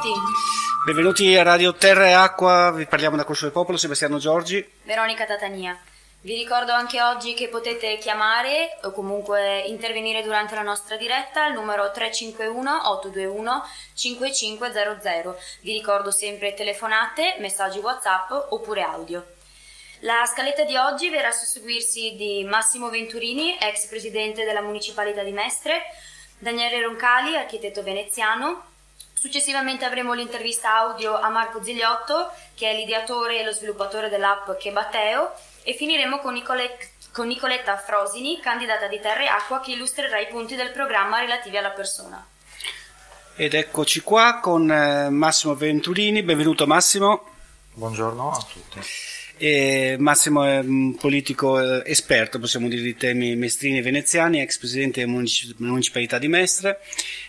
tutti. Benvenuti a Radio Terra e Acqua, vi parliamo da Corso del Popolo, Sebastiano Giorgi. Veronica Tatania. Vi ricordo anche oggi che potete chiamare o comunque intervenire durante la nostra diretta al numero 351 821 5500. Vi ricordo sempre telefonate, messaggi WhatsApp oppure audio. La scaletta di oggi verrà a susseguirsi di Massimo Venturini, ex presidente della Municipalità di Mestre, Daniele Roncali, architetto veneziano. Successivamente avremo l'intervista audio a Marco Zigliotto, che è l'ideatore e lo sviluppatore dell'app Chebateo, e finiremo con Nicoletta Frosini, candidata di Terra e Acqua, che illustrerà i punti del programma relativi alla persona. Ed eccoci qua con Massimo Venturini. Benvenuto Massimo. Buongiorno a tutti. Massimo è un politico esperto, possiamo dire, di temi mestrini e veneziani, ex presidente della Municipalità di Mestre,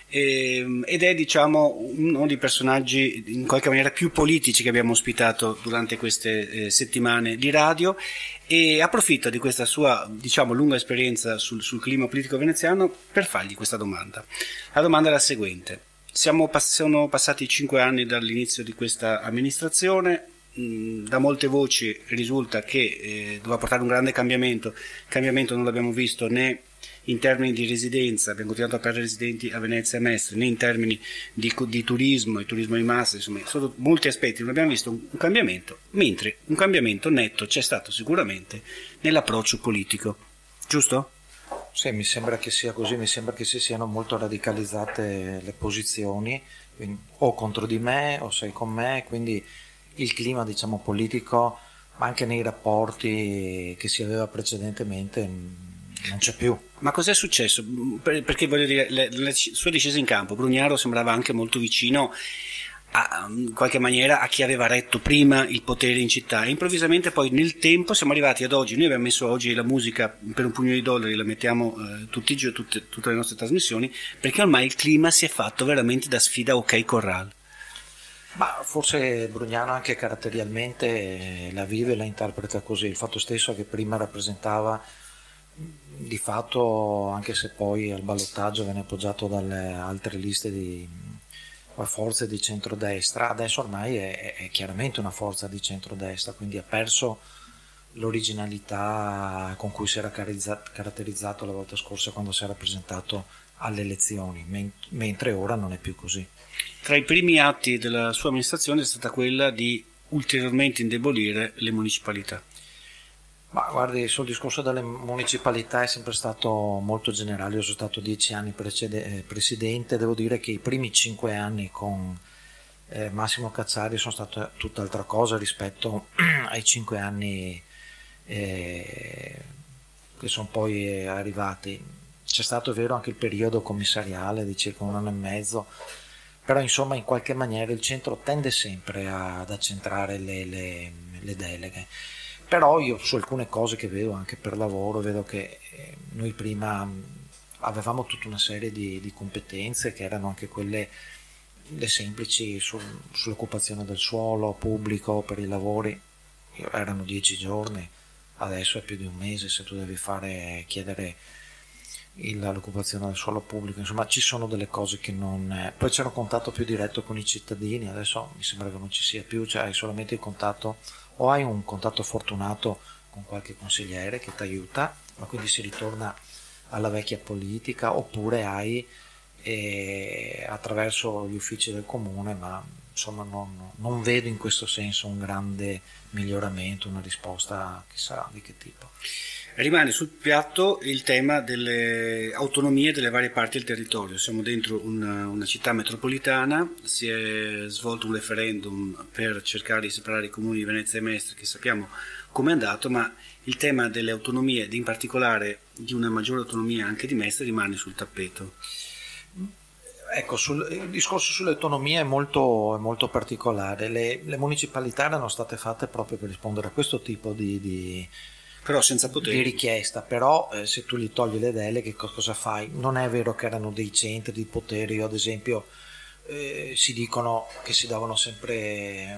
ed è, diciamo, uno dei personaggi in qualche maniera più politici che abbiamo ospitato durante queste settimane di radio, e approfitto di questa sua, diciamo, lunga esperienza sul clima politico veneziano per fargli questa domanda. La domanda è la seguente: sono passati 5 anni dall'inizio di questa amministrazione. Da molte voci risulta che doveva portare un grande cambiamento. Il cambiamento non l'abbiamo visto né in termini di residenza, abbiamo continuato a perdere residenti a Venezia e Mestre, né in termini di turismo e turismo di massa, insomma, sotto molti aspetti non abbiamo visto un cambiamento, mentre un cambiamento netto c'è stato sicuramente nell'approccio politico, giusto? Sì, mi sembra che sia così, mi sembra che si siano molto radicalizzate le posizioni, quindi, o contro di me o sei con me, quindi il clima, diciamo, politico, ma anche nei rapporti che si aveva precedentemente non c'è più. Ma cos'è successo? Perché voglio dire, la sua discesa in campo, Brugnaro sembrava anche molto vicino in qualche maniera a chi aveva retto prima il potere in città, e improvvisamente poi nel tempo siamo arrivati ad oggi. Noi abbiamo messo oggi la musica per un pugno di dollari, la mettiamo tutte le nostre trasmissioni, perché ormai il clima si è fatto veramente da sfida OK Corral. Ma forse Brugnano anche caratterialmente la vive e la interpreta così, il fatto stesso che prima rappresentava di fatto, anche se poi al ballottaggio venne appoggiato dalle altre liste di forze di centrodestra, adesso ormai è chiaramente una forza di centrodestra, quindi ha perso l'originalità con cui si era caratterizzato la volta scorsa quando si era presentato alle elezioni, mentre ora non è più così. Tra i primi atti della sua amministrazione è stata quella di ulteriormente indebolire le municipalità. Ma guardi, sul discorso delle municipalità è sempre stato molto generale. Io sono stato 10 anni presidente, devo dire che i primi 5 anni con Massimo Cacciari sono stati tutt'altra cosa rispetto ai 5 anni che sono poi arrivati. C'è stato, è vero, anche il periodo commissariale di circa 1 anno e mezzo, però insomma in qualche maniera il centro tende sempre ad accentrare le deleghe. Però io su alcune cose che vedo anche per lavoro, vedo che noi prima avevamo tutta una serie di competenze che erano anche quelle le semplici sull'occupazione del suolo pubblico per i lavori. Erano 10 giorni, adesso è più di un mese se tu devi chiedere l'occupazione del suolo pubblico. Insomma, ci sono delle cose che non... Poi c'era un contatto più diretto con i cittadini, adesso mi sembra che non ci sia più, cioè hai solamente il contatto, o hai un contatto fortunato con qualche consigliere che ti aiuta, ma quindi si ritorna alla vecchia politica, oppure hai attraverso gli uffici del comune, ma insomma non vedo in questo senso un grande miglioramento, una risposta chissà di che tipo. Rimane sul piatto il tema delle autonomie delle varie parti del territorio. Siamo dentro una città metropolitana, si è svolto un referendum per cercare di separare i comuni di Venezia e Mestre, che sappiamo come è andato, ma il tema delle autonomie, ed in particolare di una maggiore autonomia anche di Mestre, rimane sul tappeto. Ecco, il discorso sulle autonomie è molto particolare. Le municipalità erano state fatte proprio per rispondere a questo tipo però senza poteri. Di richiesta, però se tu gli togli le deleghe cosa fai? Non è vero che erano dei centri di potere. Io ad esempio si dicono che si davano sempre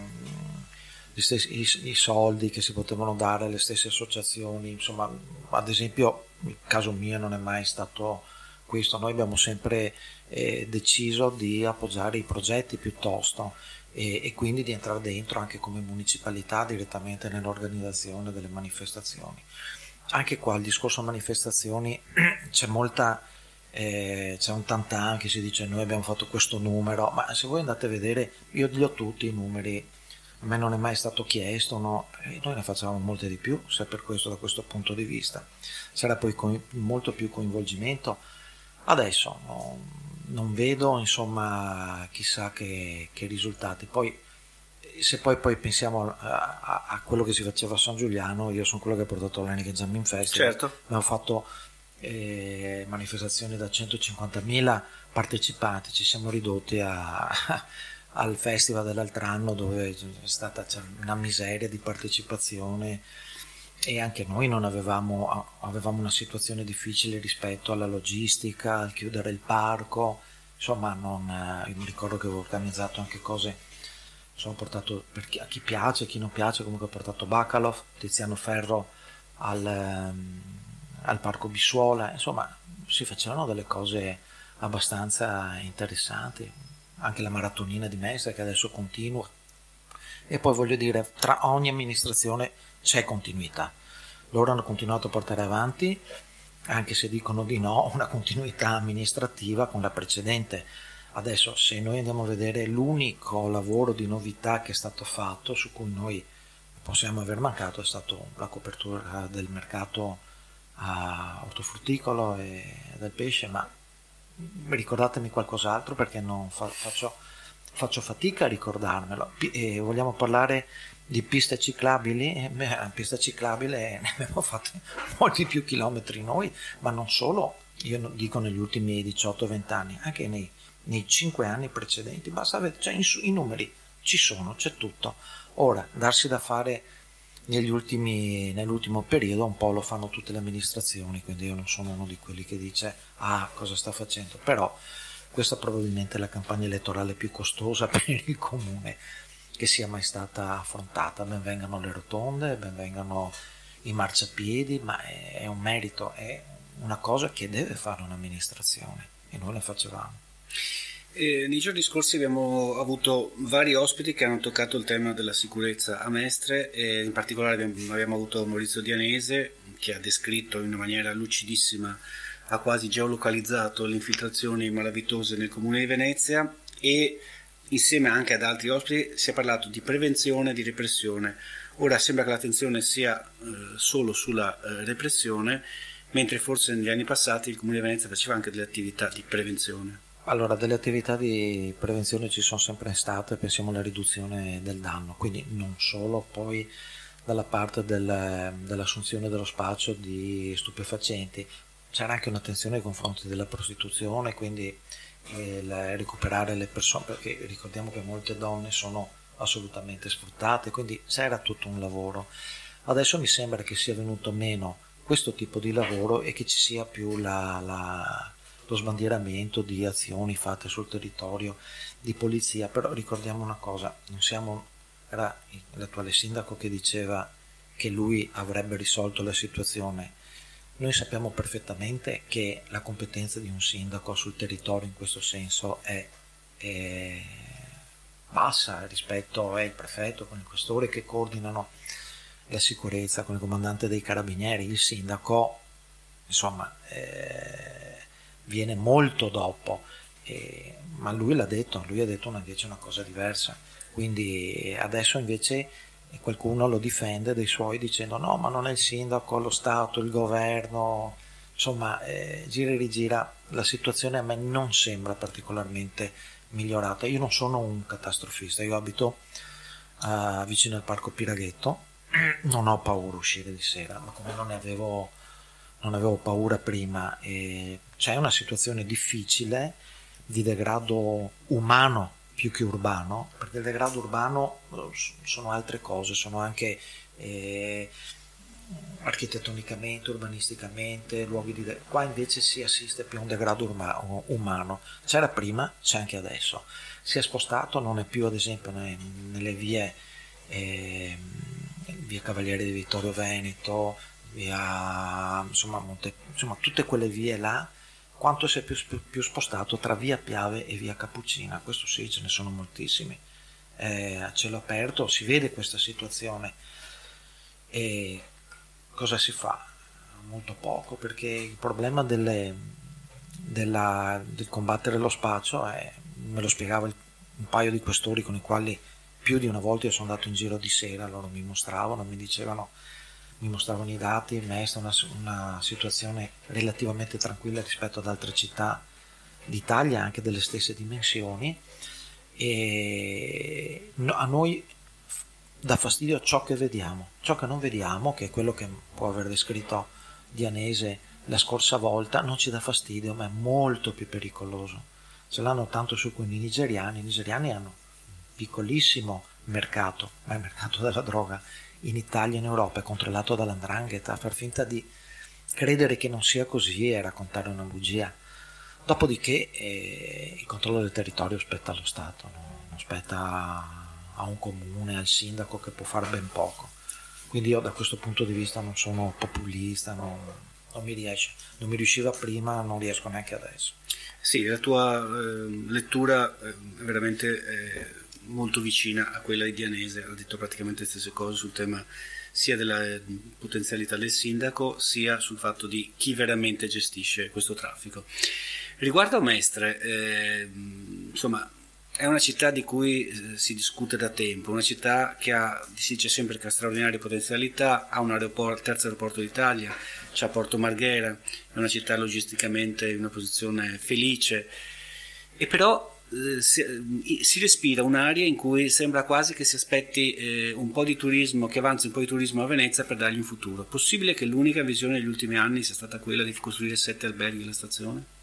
i soldi che si potevano dare alle stesse associazioni, insomma, ad esempio il caso mio non è mai stato questo. Noi abbiamo sempre deciso di appoggiare i progetti piuttosto e quindi di entrare dentro anche come municipalità direttamente nell'organizzazione delle manifestazioni. Anche qua il discorso manifestazioni c'è un tantan che si dice noi abbiamo fatto questo numero, ma se voi andate a vedere, io li ho tutti i numeri, a me non è mai stato chiesto, no? Noi ne facevamo molte di più, se per questo, da questo punto di vista c'era poi molto più coinvolgimento. Adesso non vedo insomma chissà che risultati. Poi se poi pensiamo a quello che si faceva a San Giuliano, io sono quello che ha portato l'Heineken Jamming Festival. Certo. Abbiamo fatto manifestazioni da 150.000 partecipanti, ci siamo ridotti al festival dell'altro anno dove è stata una miseria di partecipazione e anche noi non avevamo una situazione difficile rispetto alla logistica, al chiudere il parco, insomma io mi ricordo che avevo organizzato anche cose, sono portato a chi piace, a chi non piace, comunque ho portato Bacalov, Tiziano Ferro al Parco Bissuola, insomma si facevano delle cose abbastanza interessanti, anche la maratonina di Mestre che adesso continua. E poi voglio dire, tra ogni amministrazione c'è continuità. Loro hanno continuato a portare avanti, anche se dicono di no, una continuità amministrativa con la precedente. Adesso se noi andiamo a vedere l'unico lavoro di novità che è stato fatto, su cui noi possiamo aver mancato, è stato la copertura del mercato ortofrutticolo e del pesce, ma ricordatemi qualcos'altro perché non faccio fatica a ricordarmelo. Vogliamo parlare di piste ciclabili? Pista ciclabile ne abbiamo fatte molti più chilometri noi, ma non solo, io dico negli ultimi 18-20 anni, anche nei 5 anni precedenti, basta vedere, cioè i numeri ci sono, c'è tutto. Ora, darsi da fare nell'ultimo periodo un po' lo fanno tutte le amministrazioni, quindi io non sono uno di quelli che dice cosa sta facendo, però questa probabilmente è la campagna elettorale più costosa per il comune che sia mai stata affrontata. Ben vengano le rotonde, ben vengano i marciapiedi, ma è un merito, è una cosa che deve fare un'amministrazione e noi la facevamo. Nei giorni scorsi abbiamo avuto vari ospiti che hanno toccato il tema della sicurezza a Mestre e in particolare abbiamo avuto Maurizio Dianese che ha descritto in una maniera lucidissima, ha quasi geolocalizzato le infiltrazioni malavitose nel comune di Venezia e insieme anche ad altri ospiti si è parlato di prevenzione e di repressione. Ora sembra che l'attenzione sia solo sulla repressione, mentre forse negli anni passati il comune di Venezia faceva anche delle attività di prevenzione. Allora, delle attività di prevenzione ci sono sempre state, pensiamo alla riduzione del danno, quindi non solo poi dalla parte dell'assunzione dello spaccio di stupefacenti, c'era anche un'attenzione nei confronti della prostituzione, quindi recuperare le persone, perché ricordiamo che molte donne sono assolutamente sfruttate, quindi c'era tutto un lavoro. Adesso mi sembra che sia venuto meno questo tipo di lavoro e che ci sia più lo sbandieramento di azioni fatte sul territorio di polizia, però ricordiamo una cosa, era l'attuale sindaco che diceva che lui avrebbe risolto la situazione. Noi sappiamo perfettamente che la competenza di un sindaco sul territorio in questo senso è bassa rispetto al prefetto con il questore che coordinano la sicurezza con il comandante dei carabinieri. Il sindaco insomma viene molto dopo, ma lui l'ha detto, lui ha detto invece una cosa diversa, quindi adesso invece qualcuno lo difende dei suoi dicendo no, ma non è il sindaco, lo Stato, il governo, insomma gira e rigira, la situazione a me non sembra particolarmente migliorata. Io non sono un catastrofista, io abito vicino al parco Piraghetto, non ho paura a uscire di sera, ma come non ne avevo paura prima, c'è una situazione difficile di degrado umano più che urbano, perché il degrado urbano sono altre cose, sono anche architettonicamente, urbanisticamente, luoghi di qua invece si assiste più a un degrado umano. C'era prima, c'è anche adesso. Si è spostato, non è più ad esempio nelle vie via Cavalieri di Vittorio Veneto, via insomma tutte quelle vie là. quanto si è più spostato tra via Piave e via Cappuccina. Questo sì, ce ne sono moltissimi. A cielo aperto si vede questa situazione. E cosa si fa? Molto poco, perché il problema del combattere lo spaccio me lo spiegava un paio di questori con i quali più di una volta io sono andato in giro di sera, loro mi mostravano i dati. Per me è stata una situazione relativamente tranquilla rispetto ad altre città d'Italia, anche delle stesse dimensioni, e a noi dà fastidio ciò che vediamo. Ciò che non vediamo, che è quello che può aver descritto Dianese la scorsa volta, non ci dà fastidio, ma è molto più pericoloso. Ce l'hanno tanto su con i nigeriani. I nigeriani hanno un piccolissimo mercato, ma il mercato della droga in Italia e in Europa è controllato dall''ndrangheta. Far finta di credere che non sia così è raccontare una bugia. Dopodiché il controllo del territorio spetta allo Stato, non spetta a un comune, al sindaco, che può fare ben poco. Quindi io da questo punto di vista non sono populista, non mi riusciva prima, non riesco neanche adesso. Sì, la tua lettura è veramente molto vicina a quella di Dianese, ha detto praticamente le stesse cose sul tema sia della potenzialità del sindaco sia sul fatto di chi veramente gestisce questo traffico. Riguardo a Mestre, insomma, è una città di cui si discute da tempo, una città che si dice sempre che ha straordinarie potenzialità, ha un terzo aeroporto d'Italia, c'ha Porto Marghera, è una città logisticamente in una posizione felice, e però si respira un'area in cui sembra quasi che si aspetti un po' di turismo, che avanzi un po' di turismo a Venezia per dargli un futuro. Possibile che l'unica visione negli ultimi anni sia stata quella di costruire 7 alberghi alla stazione?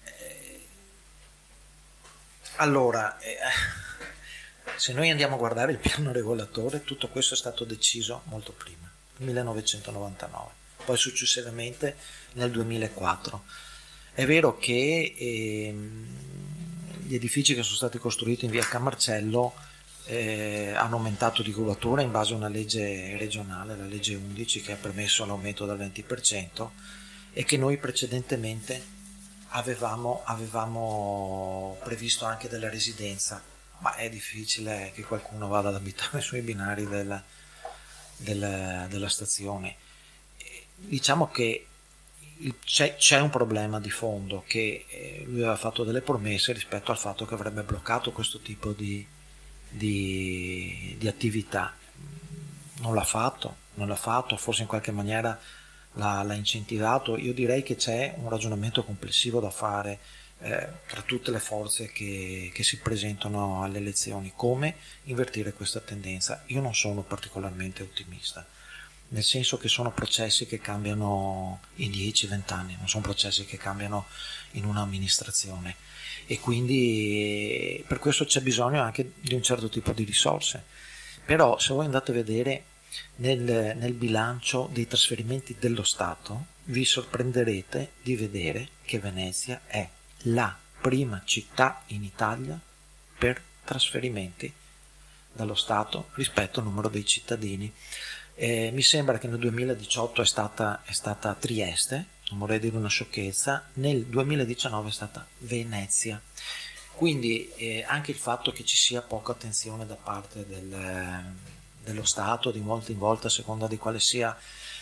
Allora, se noi andiamo a guardare il piano regolatore, tutto questo è stato deciso molto prima, 1999, poi successivamente nel 2004. È vero che gli edifici che sono stati costruiti in via Camarcello hanno aumentato di curatura in base a una legge regionale, la legge 11, che ha permesso l'aumento del 20%, e che noi precedentemente avevamo previsto anche della residenza, ma è difficile che qualcuno vada ad abitare sui binari della stazione. Diciamo che c'è un problema di fondo, che lui aveva fatto delle promesse rispetto al fatto che avrebbe bloccato questo tipo di attività. Non l'ha fatto, forse in qualche maniera l'ha incentivato. Io direi che c'è un ragionamento complessivo da fare tra tutte le forze che si presentano alle elezioni, come invertire questa tendenza. Io non sono particolarmente ottimista, nel senso che sono processi che cambiano in 10-20 anni, non sono processi che cambiano in un'amministrazione, e quindi per questo c'è bisogno anche di un certo tipo di risorse. Però se voi andate a vedere nel bilancio dei trasferimenti dello Stato, vi sorprenderete di vedere che Venezia è la prima città in Italia per trasferimenti dallo Stato rispetto al numero dei cittadini. Mi sembra che nel 2018 è stata Trieste, non vorrei dire una sciocchezza, nel 2019 è stata Venezia. Quindi anche il fatto che ci sia poca attenzione da parte dello Stato, di volta in volta, a seconda di quale sia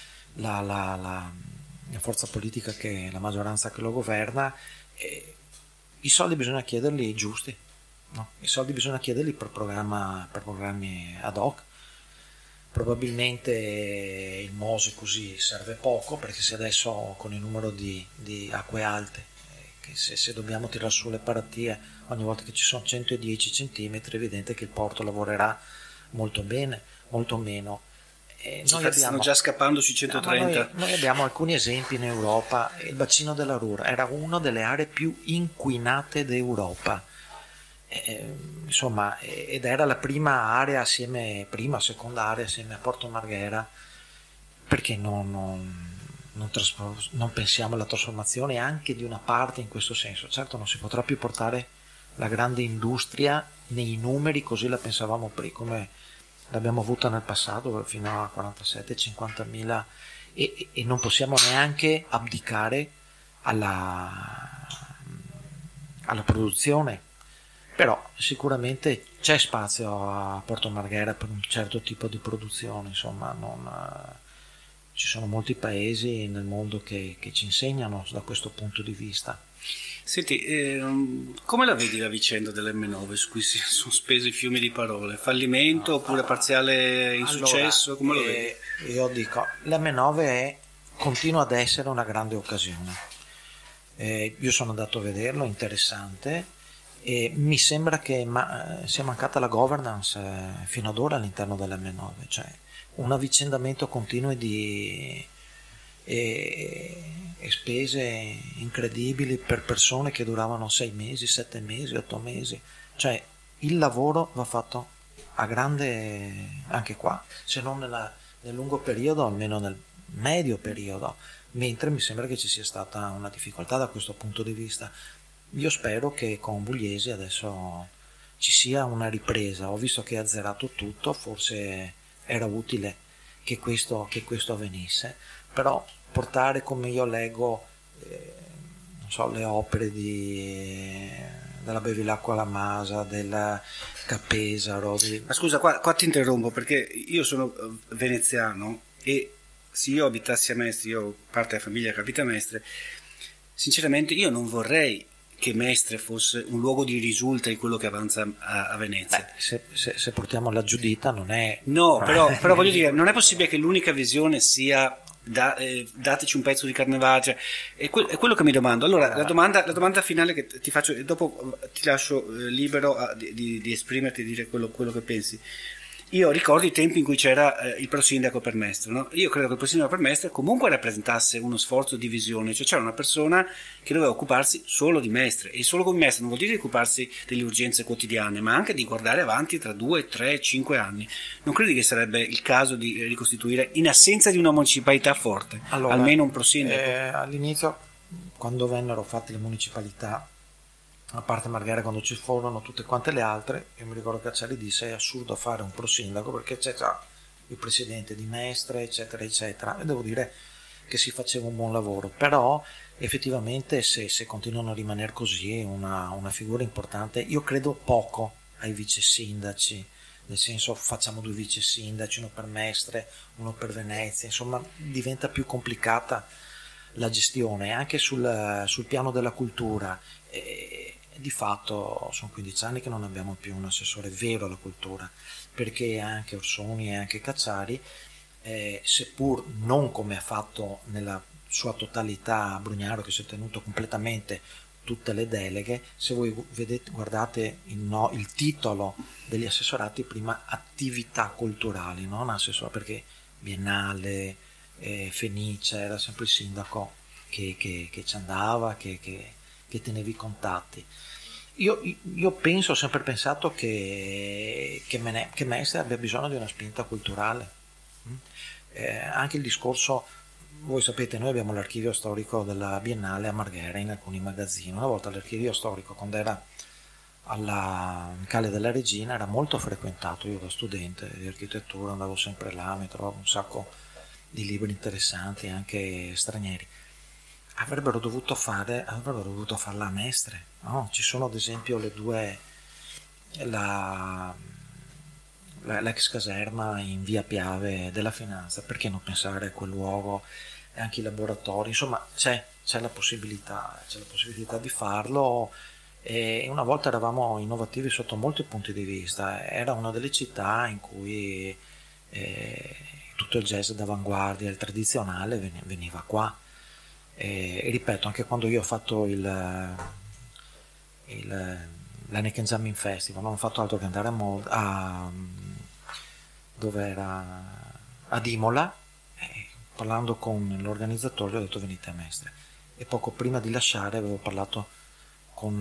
la forza politica, che la maggioranza che lo governa, i soldi bisogna chiederli giusti, no? I soldi bisogna chiederli per programmi ad hoc. Probabilmente il Mose così serve poco, perché se adesso con il numero di acque alte, che se dobbiamo tirare su le paratie ogni volta che ci sono 110 centimetri, è evidente che il porto lavorerà molto bene, molto meno. Stanno già scappando sui 130. Noi abbiamo alcuni esempi in Europa. Il bacino della Ruhr era una delle aree più inquinate d'Europa, insomma, ed era la seconda area assieme a Porto Marghera, perché non pensiamo alla trasformazione anche di una parte in questo senso. Certo, non si potrà più portare la grande industria nei numeri così la pensavamo prima, come l'abbiamo avuta nel passato, fino a 47-50 mila, e non possiamo neanche abdicare alla produzione, però sicuramente c'è spazio a Porto Marghera per un certo tipo di produzione, insomma, ci sono molti paesi nel mondo che ci insegnano da questo punto di vista. Senti, come la vedi la vicenda dell'M9 su cui si sono spesi fiumi di parole? Fallimento oppure parziale insuccesso? Come lo vedi? Io dico, l'M9 continua ad essere una grande occasione. Io sono andato a vederlo, interessante, e mi sembra che sia mancata la governance fino ad ora all'interno dell'M9, cioè un avvicendamento continuo di spese incredibili per persone che duravano 6 mesi, 7 mesi, 8 mesi, cioè il lavoro va fatto a grande anche qua, se non nel lungo periodo, almeno nel medio periodo, mentre mi sembra che ci sia stata una difficoltà da questo punto di vista. Io spero che con Bugliesi adesso ci sia una ripresa. Ho visto che ha azzerato tutto, forse era utile che questo avvenisse, però portare, come io leggo, non so, le opere della Bevilacqua alla Masa, del Cappesaro. Ma scusa, qua ti interrompo perché io sono veneziano e se io abitassi a Mestre, io parte della famiglia che abita a Mestre, sinceramente io non vorrei che Mestre fosse un luogo di risulta di quello che avanza a Venezia. Se portiamo la Giudita non è... No, però voglio dire, non è possibile che l'unica visione sia dateci un pezzo di Carnevale, cioè, è quello che mi domando. Allora, la domanda finale che ti faccio, e dopo ti lascio libero di esprimerti e dire quello che pensi. Io ricordo i tempi in cui c'era il prosindaco per Mestre, no? Io credo che il prosindaco per Mestre comunque rappresentasse uno sforzo di visione, cioè c'era una persona che doveva occuparsi solo di Mestre, e solo con Mestre non vuol dire di occuparsi delle urgenze quotidiane, ma anche di guardare avanti tra 2, 3, 5 anni. Non credi che sarebbe il caso di ricostituire, in assenza di una municipalità forte, almeno un prosindaco? All'inizio, quando vennero fatte le municipalità, a parte Marghera, quando ci furono tutte quante le altre, io mi ricordo che Cacciari disse: è assurdo fare un prosindaco perché c'è già il presidente di Mestre, eccetera eccetera, e devo dire che si faceva un buon lavoro. Però effettivamente se continuano a rimanere così una figura importante, io credo poco ai vice sindaci, nel senso, facciamo 2 vice sindaci, uno per Mestre, uno per Venezia, insomma diventa più complicata la gestione anche sul piano della cultura. Di fatto sono 15 anni che non abbiamo più un assessore vero alla cultura, perché anche Orsoni e anche Cacciari, seppur non come ha fatto nella sua totalità Brugnaro, che si è tenuto completamente tutte le deleghe, se voi guardate il titolo degli assessorati, prima attività culturali, non assessore, perché Biennale, Fenice, era sempre il sindaco che ci andava, che tenevi i contatti. Io penso, ho sempre pensato che Mestre abbia bisogno di una spinta culturale. Anche il discorso, voi sapete, noi abbiamo l'archivio storico della Biennale a Marghera in alcuni magazzini. Una volta l'archivio storico, quando era alla Calle della Regina, era molto frequentato. Io da studente di architettura andavo sempre là, mi trovavo un sacco di libri interessanti, anche stranieri. Avrebbero dovuto farla a Mestre, no? Ci sono ad esempio le due, l'ex caserma in via Piave della Finanza, perché non pensare a quel luogo, e anche i laboratori, insomma c'è la possibilità di farlo, e una volta eravamo innovativi sotto molti punti di vista. Era una delle città in cui tutto il jazz d'avanguardia, il tradizionale veniva qua. E ripeto, anche quando io ho fatto l'Heineken Jamming Festival, non ho fatto altro che andare ad Imola, parlando con l'organizzatore ho detto: venite a Mestre. E poco prima di lasciare avevo parlato con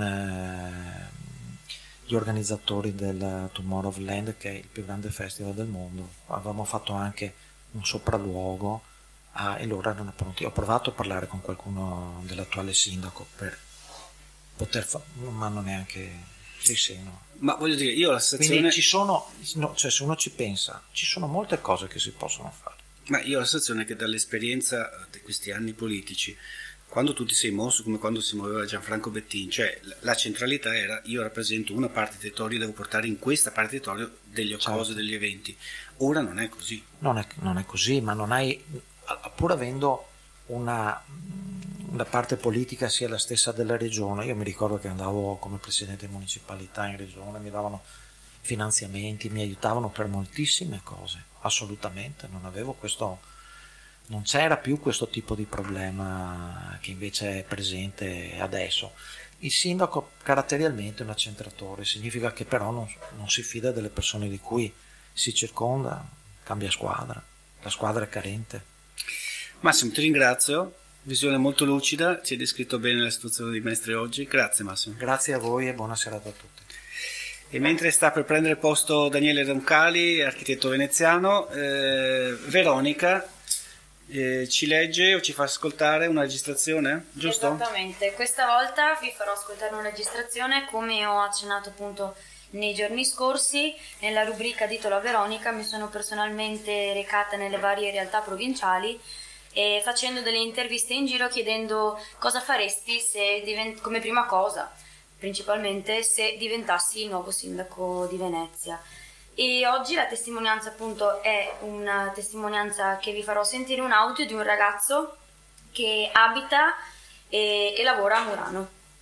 gli organizzatori del Tomorrowland, che è il più grande festival del mondo. Avevamo fatto anche un sopralluogo, e loro erano pronti. Ho provato a parlare con qualcuno dell'attuale sindaco per poter non mi hanno neanche... Sì, no. Ma voglio dire, io la sensazione... Quindi ci sono, cioè se uno ci pensa, ci sono molte cose che si possono fare. Ma io ho la sensazione che dall'esperienza di questi anni politici, quando tu ti sei mosso come quando si muoveva Gianfranco Bettin, cioè la centralità era: io rappresento una parte del territorio, devo portare in questa parte del territorio delle cose, degli eventi. Ora non è così. Non è così, ma non hai, pur avendo una parte politica sia la stessa della regione. Io mi ricordo che andavo come presidente di municipalità in regione, mi davano finanziamenti, mi aiutavano per moltissime cose, assolutamente, non c'era più questo tipo di problema che invece è presente adesso. Il sindaco caratterialmente è un accentratore, significa che però non si fida delle persone di cui si circonda, cambia squadra, la squadra è carente. Massimo, ti ringrazio, visione molto lucida, ci hai descritto bene la situazione di Mestre oggi, grazie Massimo. Grazie a voi e buona serata a tutti. E mentre sta per prendere posto Daniele Roncali, architetto veneziano, Veronica ci legge o ci fa ascoltare una registrazione, giusto? Esattamente, questa volta vi farò ascoltare una registrazione, come ho accennato appunto nei giorni scorsi. Nella rubrica Ditelo a Veronica mi sono personalmente recata nelle varie realtà provinciali e facendo delle interviste in giro, chiedendo cosa faresti se come prima cosa, principalmente se diventassi il nuovo sindaco di Venezia. E oggi la testimonianza appunto è una testimonianza che vi farò sentire, un audio di un ragazzo che abita e lavora a Murano.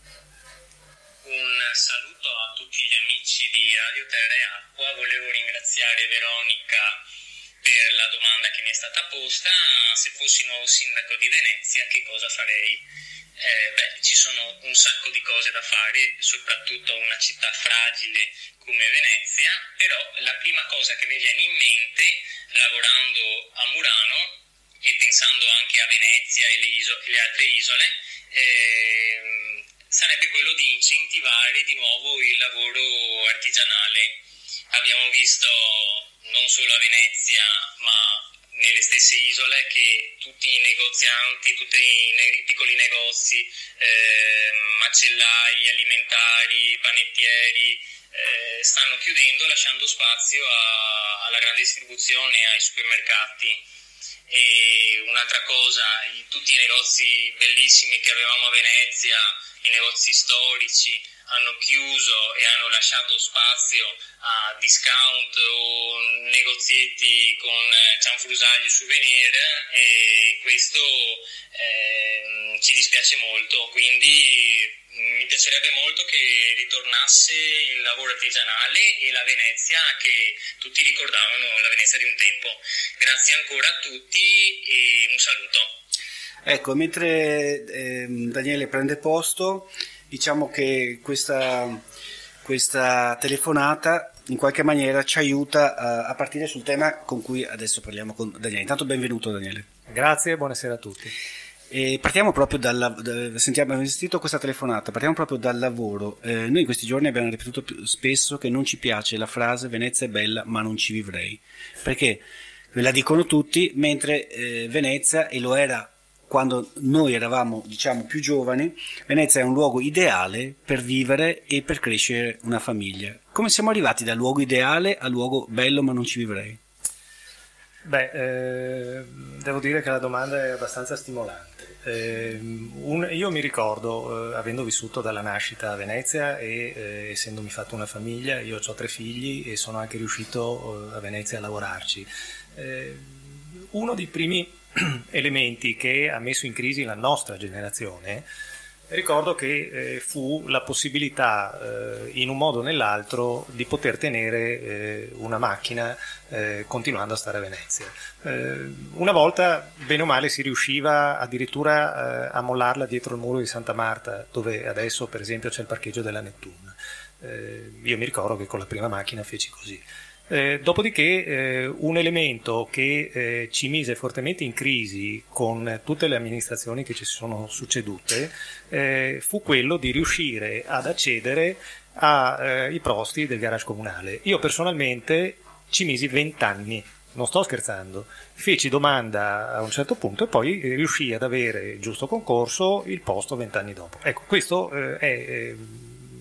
Un saluto a tutti gli amici di Radio Terra e Acqua. Volevo ringraziare Veronica per la domanda che mi è stata posta: se fossi nuovo sindaco di Venezia che cosa farei? Ci sono un sacco di cose da fare, soprattutto una città fragile come Venezia, però la prima cosa che mi viene in mente, lavorando a Murano e pensando anche a Venezia e le altre isole, sarebbe quello di incentivare di nuovo il lavoro artigianale. Abbiamo visto non solo a Venezia ma nelle stesse isole che tutti i negozianti, tutti i piccoli negozi, macellai, alimentari, panettieri, stanno chiudendo, lasciando spazio alla grande distribuzione, ai supermercati. E un'altra cosa, tutti i negozi bellissimi che avevamo a Venezia, i negozi storici, hanno chiuso e hanno lasciato spazio a discount o negozietti con cianfrusaglie e souvenir, e questo ci dispiace molto. Quindi mi piacerebbe molto che ritornasse il lavoro artigianale e la Venezia che tutti ricordavano, la Venezia di un tempo. Grazie ancora a tutti e un saluto. Ecco, mentre Daniele prende posto, diciamo che questa telefonata in qualche maniera ci aiuta a partire sul tema con cui adesso parliamo con Daniele. Intanto benvenuto Daniele. Grazie, buonasera a tutti. E partiamo proprio abbiamo sentito questa telefonata, partiamo proprio dal lavoro. Noi in questi giorni abbiamo ripetuto spesso che non ci piace la frase Venezia è bella ma non ci vivrei, perché la dicono tutti, mentre Venezia, e lo era quando noi eravamo diciamo più giovani, Venezia è un luogo ideale per vivere e per crescere una famiglia. Come siamo arrivati dal luogo ideale al luogo bello ma non ci vivrei? Devo dire che la domanda è abbastanza stimolante. Io mi ricordo, avendo vissuto dalla nascita a Venezia e essendomi fatto una famiglia, io ho 3 figli e sono anche riuscito a Venezia a lavorarci. Uno dei primi elementi che ha messo in crisi la nostra generazione, ricordo che fu la possibilità in un modo o nell'altro di poter tenere una macchina continuando a stare a Venezia. Una volta bene o male si riusciva addirittura a mollarla dietro il muro di Santa Marta, dove adesso per esempio c'è il parcheggio della Nettuno. Io mi ricordo che con la prima macchina feci così. Dopodiché un elemento che ci mise fortemente in crisi con tutte le amministrazioni che ci sono succedute fu quello di riuscire ad accedere ai posti del garage comunale. Io personalmente ci misi 20 anni, non sto scherzando, feci domanda a un certo punto e poi riuscii ad avere, giusto concorso, il posto 20 anni dopo. Ecco, questo è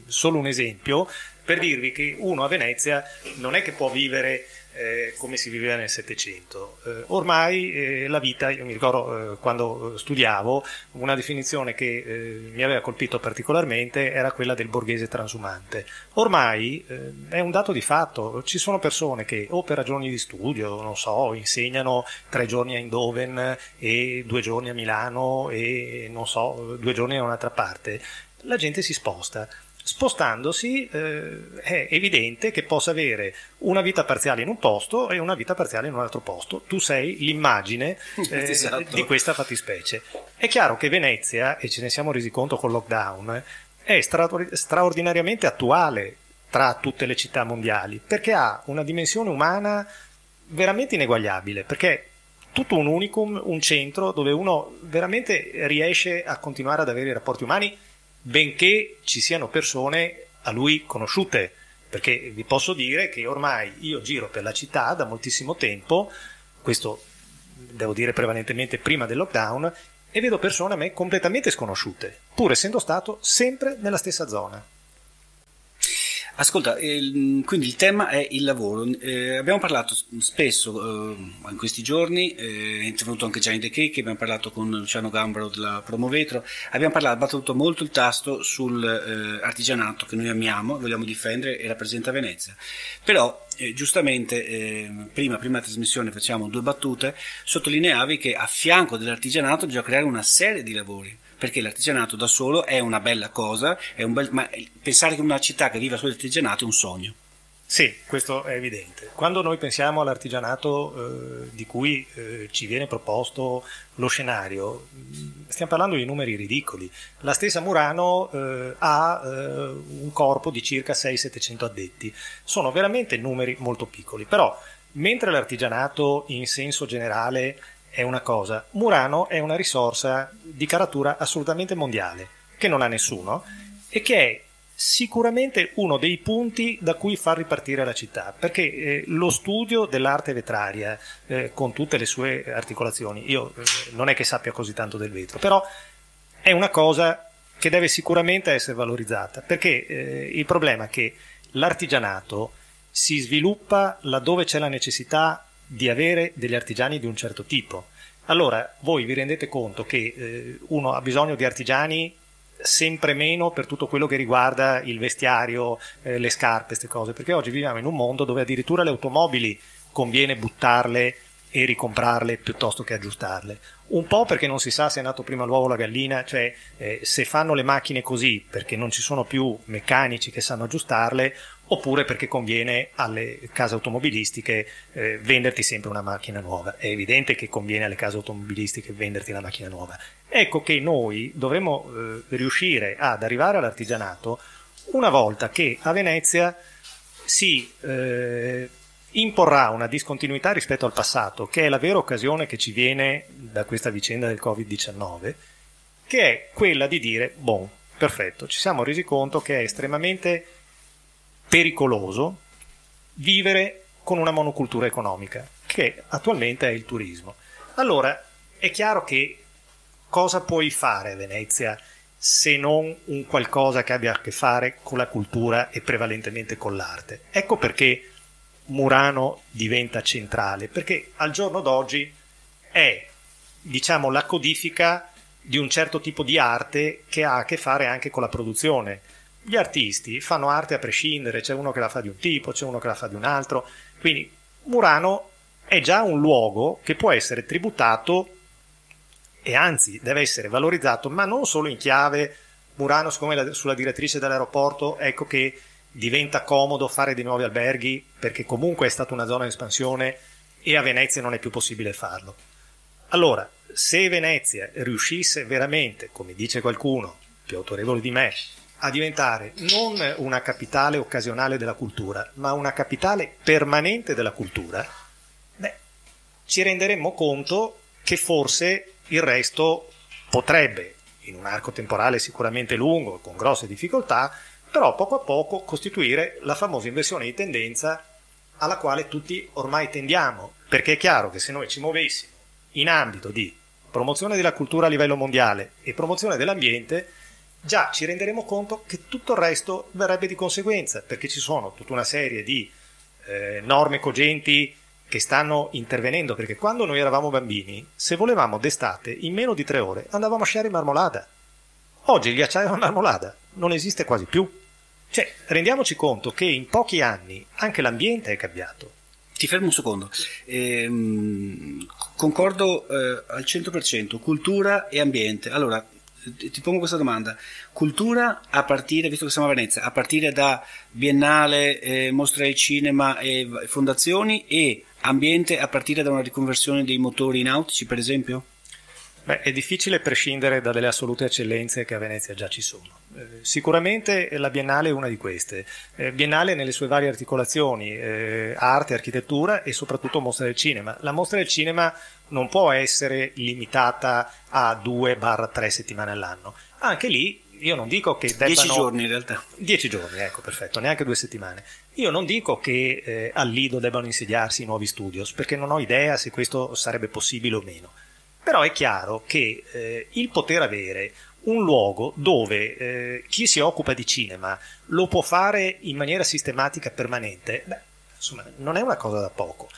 solo un esempio per dirvi che uno a Venezia non è che può vivere come si viveva nel Settecento. Ormai la vita, io mi ricordo quando studiavo, una definizione che mi aveva colpito particolarmente era quella del borghese transumante. Ormai è un dato di fatto, ci sono persone che o per ragioni di studio, non so, insegnano 3 giorni a Eindhoven e 2 giorni a Milano e non so, 2 giorni da un'altra parte, la gente si sposta. Spostandosi è evidente che possa avere una vita parziale in un posto e una vita parziale in un altro posto. Tu sei l'immagine esatto. di questa fattispecie. È chiaro che Venezia, e ce ne siamo resi conto col lockdown, è straordinariamente attuale tra tutte le città mondiali, perché ha una dimensione umana veramente ineguagliabile, perché è tutto un unicum, un centro dove uno veramente riesce a continuare ad avere rapporti umani, benché ci siano persone a lui conosciute, perché vi posso dire che ormai io giro per la città da moltissimo tempo, questo devo dire prevalentemente prima del lockdown, e vedo persone a me completamente sconosciute, pur essendo stato sempre nella stessa zona. Ascolta, quindi il tema è il lavoro. Abbiamo parlato spesso in questi giorni, è intervenuto anche Gianni De Checchi, abbiamo parlato con Luciano Gambaro della Promovetro, abbiamo battuto molto il tasto sull'artigianato che noi amiamo, vogliamo difendere e rappresenta Venezia. Però giustamente prima della trasmissione facciamo 2 battute, sottolineavi che a fianco dell'artigianato bisogna creare una serie di lavori, perché l'artigianato da solo è una bella cosa, ma pensare che una città che viva solo l'artigianato è un sogno. Sì, questo è evidente. Quando noi pensiamo all'artigianato di cui ci viene proposto lo scenario, stiamo parlando di numeri ridicoli. La stessa Murano ha un corpo di circa 600-700 addetti. Sono veramente numeri molto piccoli, però mentre l'artigianato in senso generale è una cosa, Murano è una risorsa di caratura assolutamente mondiale, che non ha nessuno e che è sicuramente uno dei punti da cui far ripartire la città, perché lo studio dell'arte vetraria con tutte le sue articolazioni, io non è che sappia così tanto del vetro, però è una cosa che deve sicuramente essere valorizzata, perché il problema è che l'artigianato si sviluppa laddove c'è la necessità di avere degli artigiani di un certo tipo. Allora voi vi rendete conto che uno ha bisogno di artigiani sempre meno per tutto quello che riguarda il vestiario, le scarpe, queste cose, perché oggi viviamo in un mondo dove addirittura le automobili conviene buttarle e ricomprarle piuttosto che aggiustarle. Un po' perché non si sa se è nato prima l'uovo o la gallina, cioè se fanno le macchine così perché non ci sono più meccanici che sanno aggiustarle, oppure perché conviene alle case automobilistiche venderti sempre una macchina nuova. È evidente che conviene alle case automobilistiche venderti la macchina nuova. Ecco che noi dovremmo riuscire ad arrivare all'artigianato una volta che a Venezia si imporrà una discontinuità rispetto al passato, che è la vera occasione che ci viene da questa vicenda del Covid-19, che è quella di dire, perfetto, ci siamo resi conto che è estremamente pericoloso vivere con una monocultura economica, che attualmente è il turismo. Allora, è chiaro che cosa puoi fare a Venezia se non un qualcosa che abbia a che fare con la cultura e prevalentemente con l'arte? Ecco perché Murano diventa centrale, perché al giorno d'oggi è, diciamo, la codifica di un certo tipo di arte che ha a che fare anche con la produzione. Gli artisti fanno arte a prescindere, c'è uno che la fa di un tipo, c'è uno che la fa di un altro, quindi Murano è già un luogo che può essere tributato e anzi deve essere valorizzato, ma non solo in chiave Murano, siccome sulla direttrice dell'aeroporto, ecco che diventa comodo fare dei nuovi alberghi perché comunque è stata una zona di espansione e a Venezia non è più possibile farlo. Allora, se Venezia riuscisse veramente, come dice qualcuno più autorevole di me, a diventare non una capitale occasionale della cultura, ma una capitale permanente della cultura, ci renderemmo conto che forse il resto potrebbe, in un arco temporale sicuramente lungo, con grosse difficoltà, però poco a poco costituire la famosa inversione di tendenza alla quale tutti ormai tendiamo, perché è chiaro che se noi ci muovessimo in ambito di promozione della cultura a livello mondiale e promozione dell'ambiente, già ci renderemo conto che tutto il resto verrebbe di conseguenza, perché ci sono tutta una serie di norme cogenti che stanno intervenendo, perché quando noi eravamo bambini, se volevamo d'estate, in meno di 3 ore andavamo a sciare in Marmolada. Oggi il ghiacciaio a Marmolada non esiste quasi più. Cioè, rendiamoci conto che in pochi anni anche l'ambiente è cambiato. Ti fermo un secondo. Concordo al 100%, cultura e ambiente. Allora, ti pongo questa domanda. Cultura a partire, visto che siamo a Venezia, a partire da Biennale, Mostra del Cinema e fondazioni, e ambiente a partire da una riconversione dei motori nautici, per esempio? Beh, è difficile prescindere da delle assolute eccellenze che a Venezia già ci sono. Sicuramente la Biennale è una di queste. Biennale nelle sue varie articolazioni, arte, architettura e soprattutto Mostra del Cinema. La Mostra del Cinema non può essere limitata a 2-3 settimane all'anno. Anche lì io non dico che debbano... 10 giorni in realtà. 10 giorni, ecco, perfetto, neanche 2 settimane. Io non dico che al Lido debbano insediarsi nuovi studios, perché non ho idea se questo sarebbe possibile o meno. Però è chiaro che il poter avere un luogo dove chi si occupa di cinema lo può fare in maniera sistematica e permanente, beh, insomma, non è una cosa da poco.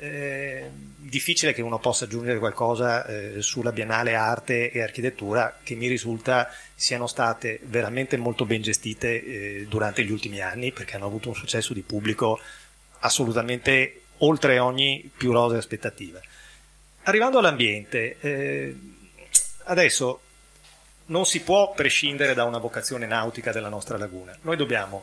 Difficile che uno possa aggiungere qualcosa sulla Biennale Arte e Architettura, che mi risulta siano state veramente molto ben gestite durante gli ultimi anni, perché hanno avuto un successo di pubblico assolutamente oltre ogni più rosea aspettativa. Arrivando all'ambiente, adesso non si può prescindere da una vocazione nautica della nostra laguna. Noi dobbiamo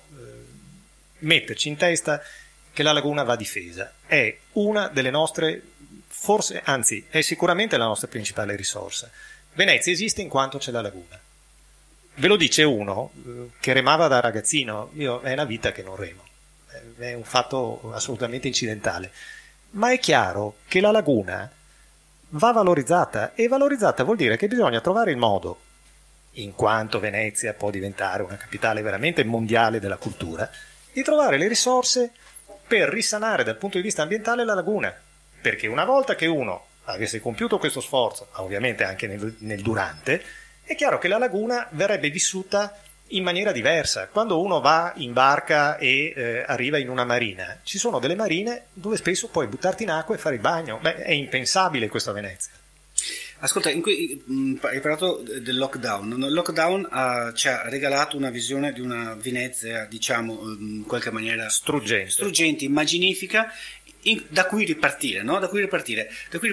metterci in testa che la laguna va difesa. È una delle nostre, forse, anzi, è sicuramente la nostra principale risorsa. Venezia esiste in quanto c'è la laguna. Ve lo dice uno che remava da ragazzino. Io è una vita che non remo. È un fatto assolutamente incidentale. Ma è chiaro che la laguna va valorizzata, e valorizzata vuol dire che bisogna trovare il modo, in quanto Venezia può diventare una capitale veramente mondiale della cultura, di trovare le risorse per risanare dal punto di vista ambientale la laguna, perché una volta che uno avesse compiuto questo sforzo, ma ovviamente anche nel durante, è chiaro che la laguna verrebbe vissuta in maniera diversa. Quando uno va in barca e arriva in una marina, ci sono delle marine dove spesso puoi buttarti in acqua e fare il bagno. Beh, è impensabile questo a Venezia. Ascolta, hai parlato del lockdown. Il lockdown ci ha regalato una visione di una Venezia, diciamo, in qualche maniera struggente, immaginifica, da cui ripartire, no? Da cui ripartire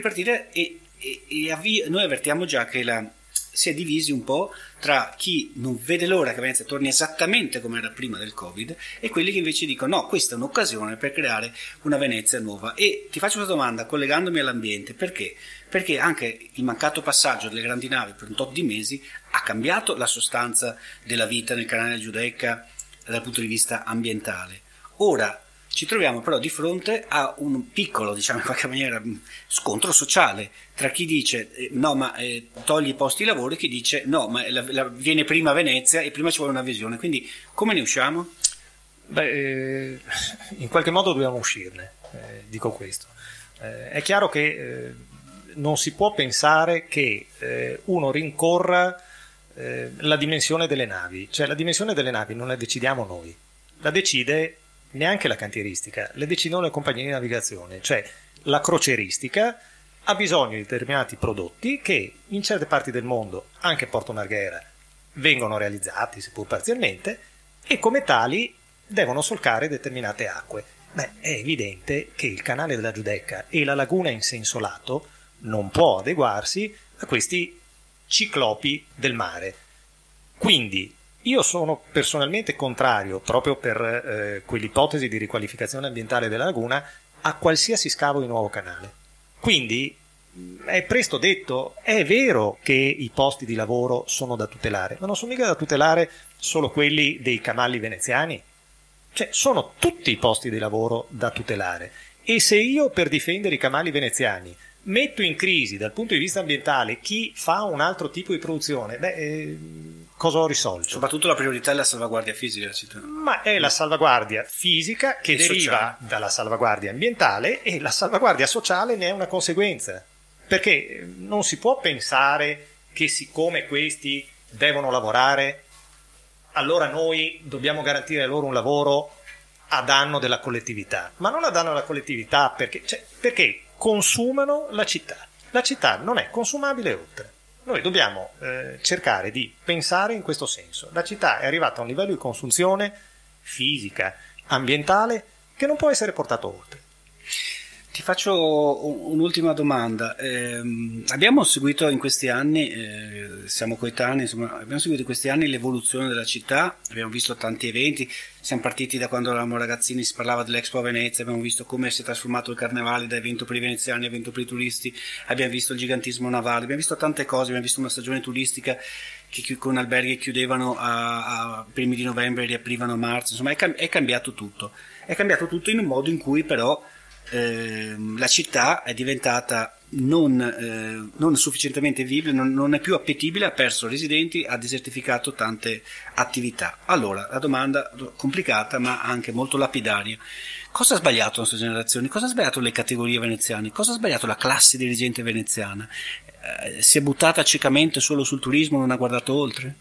e noi avvertiamo già che si è divisi un po' tra chi non vede l'ora che Venezia torni esattamente come era prima del Covid e quelli che invece dicono no, questa è un'occasione per creare una Venezia nuova. E ti faccio questa domanda collegandomi all'ambiente, perché anche il mancato passaggio delle grandi navi per un tot di mesi ha cambiato la sostanza della vita nel canale Giudecca dal punto di vista ambientale. Ora ci troviamo però di fronte a un piccolo, diciamo in qualche maniera, scontro sociale tra chi dice no ma togli i posti di lavoro e chi dice no ma viene prima Venezia e prima ci vuole una visione. Quindi come ne usciamo? Beh, in qualche modo dobbiamo uscirne, dico questo. È chiaro che non si può pensare che uno rincorra la dimensione delle navi, cioè la dimensione delle navi non la decidiamo noi, la decide neanche la cantieristica, le decidono le compagnie di navigazione, cioè la crocieristica ha bisogno di determinati prodotti che in certe parti del mondo, anche a Porto Marghera, vengono realizzati, seppur parzialmente, e come tali devono solcare determinate acque. Beh, è evidente che il canale della Giudecca e la laguna in senso lato non può adeguarsi a questi ciclopi del mare. Quindi io sono personalmente contrario, proprio per quell'ipotesi di riqualificazione ambientale della laguna, a qualsiasi scavo di nuovo canale. Quindi è presto detto, è vero che i posti di lavoro sono da tutelare, ma non sono mica da tutelare solo quelli dei camalli veneziani, cioè sono tutti i posti di lavoro da tutelare. E se io per difendere i camalli veneziani metto in crisi dal punto di vista ambientale chi fa un altro tipo di produzione, cosa ho risolto? Soprattutto la priorità è la salvaguardia fisica della città. Ma è la salvaguardia fisica che deriva dalla salvaguardia ambientale, e la salvaguardia sociale ne è una conseguenza. Perché non si può pensare che siccome questi devono lavorare allora noi dobbiamo garantire loro un lavoro a danno della collettività, ma non a danno della collettività perché consumano la città. La città non è consumabile oltre. Noi dobbiamo cercare di pensare in questo senso. La città è arrivata a un livello di consunzione fisica, ambientale, che non può essere portato oltre. Ti faccio un'ultima domanda. Abbiamo seguito in questi anni, siamo coetanei, insomma, abbiamo seguito in questi anni l'evoluzione della città, abbiamo visto tanti eventi, siamo partiti da quando eravamo ragazzini, si parlava dell'Expo a Venezia, abbiamo visto come si è trasformato il carnevale da evento per i veneziani a evento per i turisti, abbiamo visto il gigantismo navale, abbiamo visto tante cose, abbiamo visto una stagione turistica che con alberghi chiudevano a primi di novembre e riaprivano a marzo, insomma è cambiato tutto. È cambiato tutto in un modo in cui però la città è diventata non sufficientemente vivibile, non è più appetibile, ha perso residenti, ha desertificato tante attività. Allora, la domanda complicata ma anche molto lapidaria: cosa ha sbagliato la nostra generazione? Cosa ha sbagliato le categorie veneziane? Cosa ha sbagliato la classe dirigente veneziana? Si è buttata ciecamente solo sul turismo, non ha guardato oltre?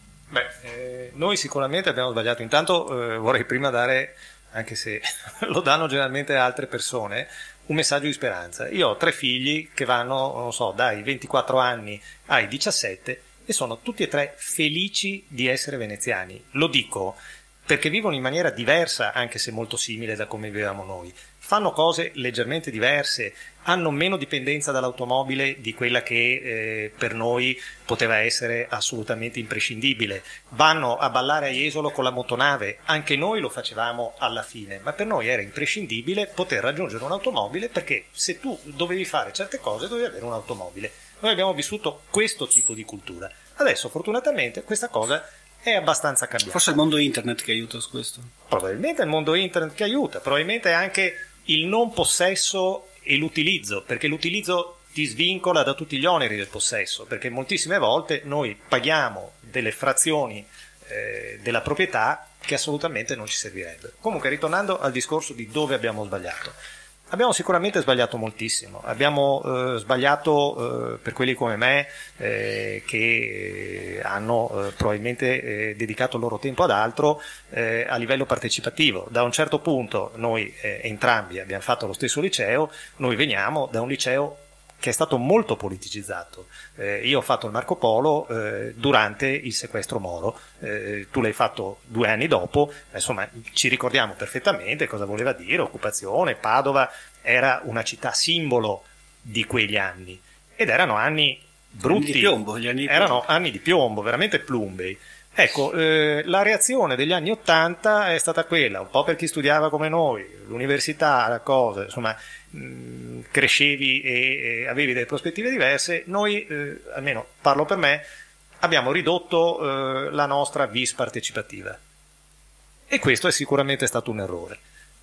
Noi sicuramente abbiamo sbagliato. Intanto vorrei prima dare, anche se lo danno generalmente altre persone, un messaggio di speranza. Io ho 3 figli che vanno, non so, dai 24 anni ai 17 e sono tutti e 3 felici di essere veneziani. Lo dico perché vivono in maniera diversa, anche se molto simile da come vivevamo noi. Fanno cose leggermente diverse, hanno meno dipendenza dall'automobile di quella che per noi poteva essere assolutamente imprescindibile. Vanno a ballare a Jesolo con la motonave, anche noi lo facevamo alla fine, ma per noi era imprescindibile poter raggiungere un'automobile, perché se tu dovevi fare certe cose dovevi avere un'automobile. Noi abbiamo vissuto questo tipo di cultura. Adesso fortunatamente questa cosa è abbastanza cambiata. Forse è il mondo internet che aiuta su questo. Probabilmente è il mondo internet che aiuta, probabilmente è anche il non possesso e l'utilizzo, perché l'utilizzo ti svincola da tutti gli oneri del possesso, perché moltissime volte noi paghiamo delle frazioni della proprietà che assolutamente non ci servirebbe. Comunque, ritornando al discorso di dove abbiamo sbagliato. Abbiamo sicuramente sbagliato moltissimo, abbiamo sbagliato per quelli come me che hanno probabilmente dedicato il loro tempo ad altro a livello partecipativo. Da un certo punto noi entrambi abbiamo fatto lo stesso liceo, noi veniamo da un liceo che è stato molto politicizzato. Io ho fatto il Marco Polo durante il sequestro Moro, tu l'hai fatto 2 anni dopo, insomma ci ricordiamo perfettamente cosa voleva dire occupazione. Padova era una città simbolo di quegli anni ed erano anni brutti, erano anni di piombo, veramente plumbei. Ecco, la reazione degli anni '80 è stata quella, un po' per chi studiava come noi, l'università, la cosa, insomma, crescevi e avevi delle prospettive diverse. Noi, almeno parlo per me, abbiamo ridotto la nostra vis partecipativa e questo è sicuramente stato un errore.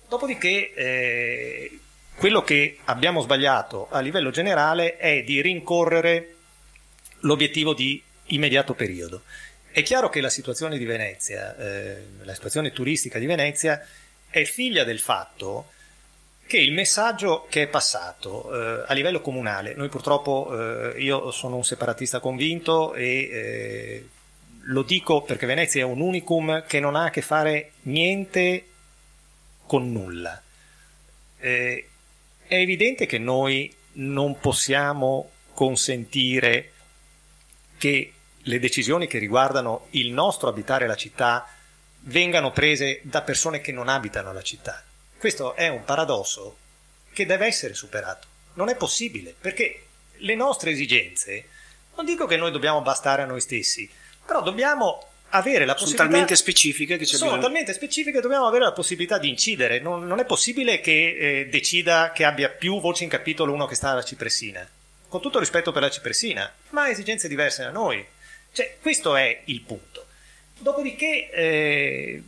Dopodiché quello che abbiamo sbagliato a livello generale è di rincorrere l'obiettivo di immediato periodo. È chiaro che la situazione di Venezia, la situazione turistica di Venezia è figlia del fatto che il messaggio che è passato a livello comunale, noi purtroppo, io sono un separatista convinto e lo dico perché Venezia è un unicum che non ha a che fare niente con nulla. È evidente che noi non possiamo consentire che le decisioni che riguardano il nostro abitare la città vengano prese da persone che non abitano la città. Questo è un paradosso che deve essere superato. Non è possibile, perché le nostre esigenze, non dico che noi dobbiamo bastare a noi stessi, però dobbiamo avere la possibilità... Sono talmente specifiche che talmente specifiche che dobbiamo avere la possibilità di incidere. Non è possibile che decida che abbia più voci in capitolo uno che sta alla Cipressina. Con tutto rispetto per la Cipressina, ma ha esigenze diverse da noi. Cioè, questo è il punto. Dopodiché,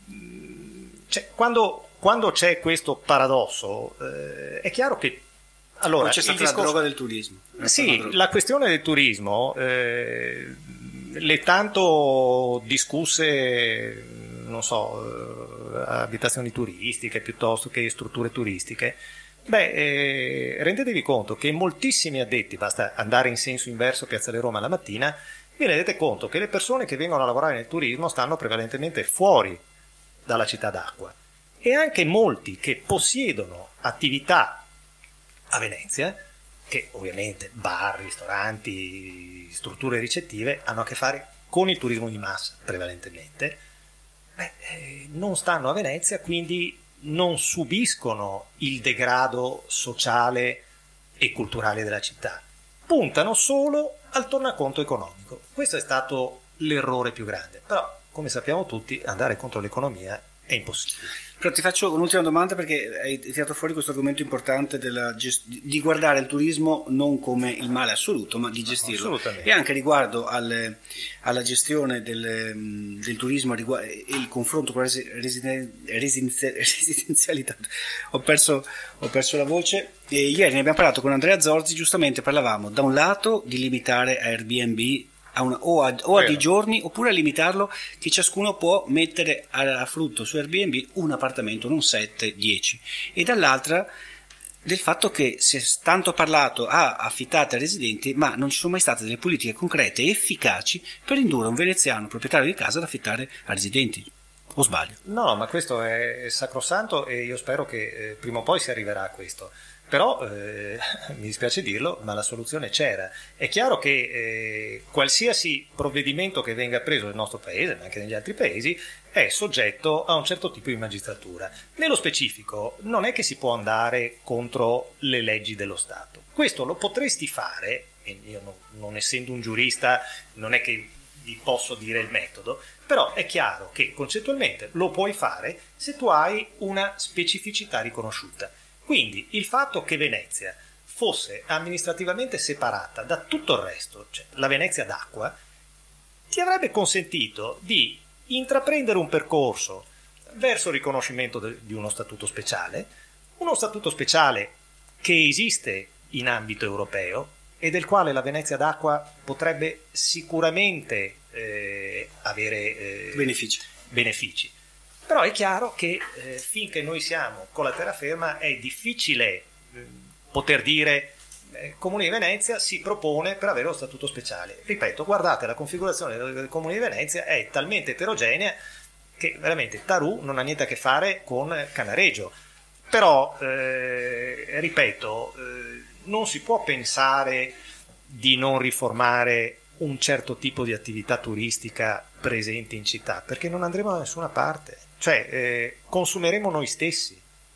quando c'è questo paradosso, è chiaro che... Allora, poi c'è stata la droga del turismo. Sì, la questione del turismo, le tanto discusse, non so, abitazioni turistiche piuttosto che strutture turistiche, rendetevi conto che moltissimi addetti, basta andare in senso inverso a Piazzale Roma la mattina, vi rendete conto che le persone che vengono a lavorare nel turismo stanno prevalentemente fuori dalla città d'acqua, e anche molti che possiedono attività a Venezia, che ovviamente bar, ristoranti, strutture ricettive, hanno a che fare con il turismo di massa prevalentemente, non stanno a Venezia, quindi non subiscono il degrado sociale e culturale della città, puntano solo al tornaconto economico. Questo è stato l'errore più grande, però come sappiamo tutti andare contro l'economia è impossibile. Però ti faccio un'ultima domanda, perché hai tirato fuori questo argomento importante di guardare il turismo non come il male assoluto, ma di gestirlo. E anche riguardo alla gestione del turismo e il confronto con la residenzialità. Ho perso la voce. E ieri ne abbiamo parlato con Andrea Zorzi, giustamente parlavamo da un lato di limitare a Airbnb a dei giorni, oppure a limitarlo, che ciascuno può mettere a frutto su Airbnb un appartamento, non 7, 10, e dall'altra del fatto che si è tanto parlato affittate ai residenti, ma non ci sono mai state delle politiche concrete e efficaci per indurre un veneziano proprietario di casa ad affittare a residenti. O sbaglio? No, ma questo è sacrosanto e io spero che prima o poi si arriverà a questo. Però mi dispiace dirlo, ma la soluzione c'era. È chiaro che qualsiasi provvedimento che venga preso nel nostro paese, ma anche negli altri paesi, è soggetto a un certo tipo di magistratura. Nello specifico non è che si può andare contro le leggi dello Stato. Questo lo potresti fare, e io non essendo un giurista non è che vi posso dire il metodo, però è chiaro che concettualmente lo puoi fare se tu hai una specificità riconosciuta. Quindi il fatto che Venezia fosse amministrativamente separata da tutto il resto, cioè la Venezia d'acqua, ti avrebbe consentito di intraprendere un percorso verso il riconoscimento di uno statuto speciale che esiste in ambito europeo e del quale la Venezia d'acqua potrebbe sicuramente avere benefici. Però è chiaro che finché noi siamo con la terraferma è difficile poter dire Comune di Venezia si propone per avere lo statuto speciale. Ripeto, guardate, la configurazione del Comune di Venezia è talmente eterogenea che veramente Tarù non ha niente a che fare con Cannaregio. Però, ripeto, non si può pensare di non riformare un certo tipo di attività turistica presente in città, perché non andremo da nessuna parte. Cioè, consumeremo noi stessi.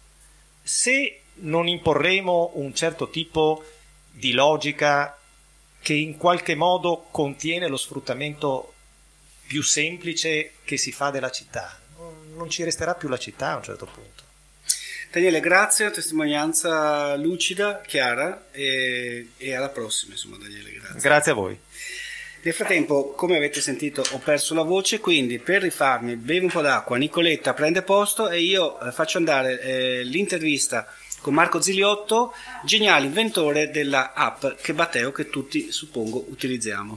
Se non imporremo un certo tipo di logica che in qualche modo contiene lo sfruttamento più semplice che si fa della città, non ci resterà più la città a un certo punto. Daniele, grazie, una testimonianza lucida, chiara, e alla prossima, insomma, Daniele, grazie. Grazie a voi. Nel frattempo, come avete sentito, ho perso la voce, quindi per rifarmi bevo un po' d'acqua, Nicoletta prende posto e io faccio andare l'intervista con Marco Ziliotto, geniale inventore della app Kebateo che tutti, suppongo, utilizziamo.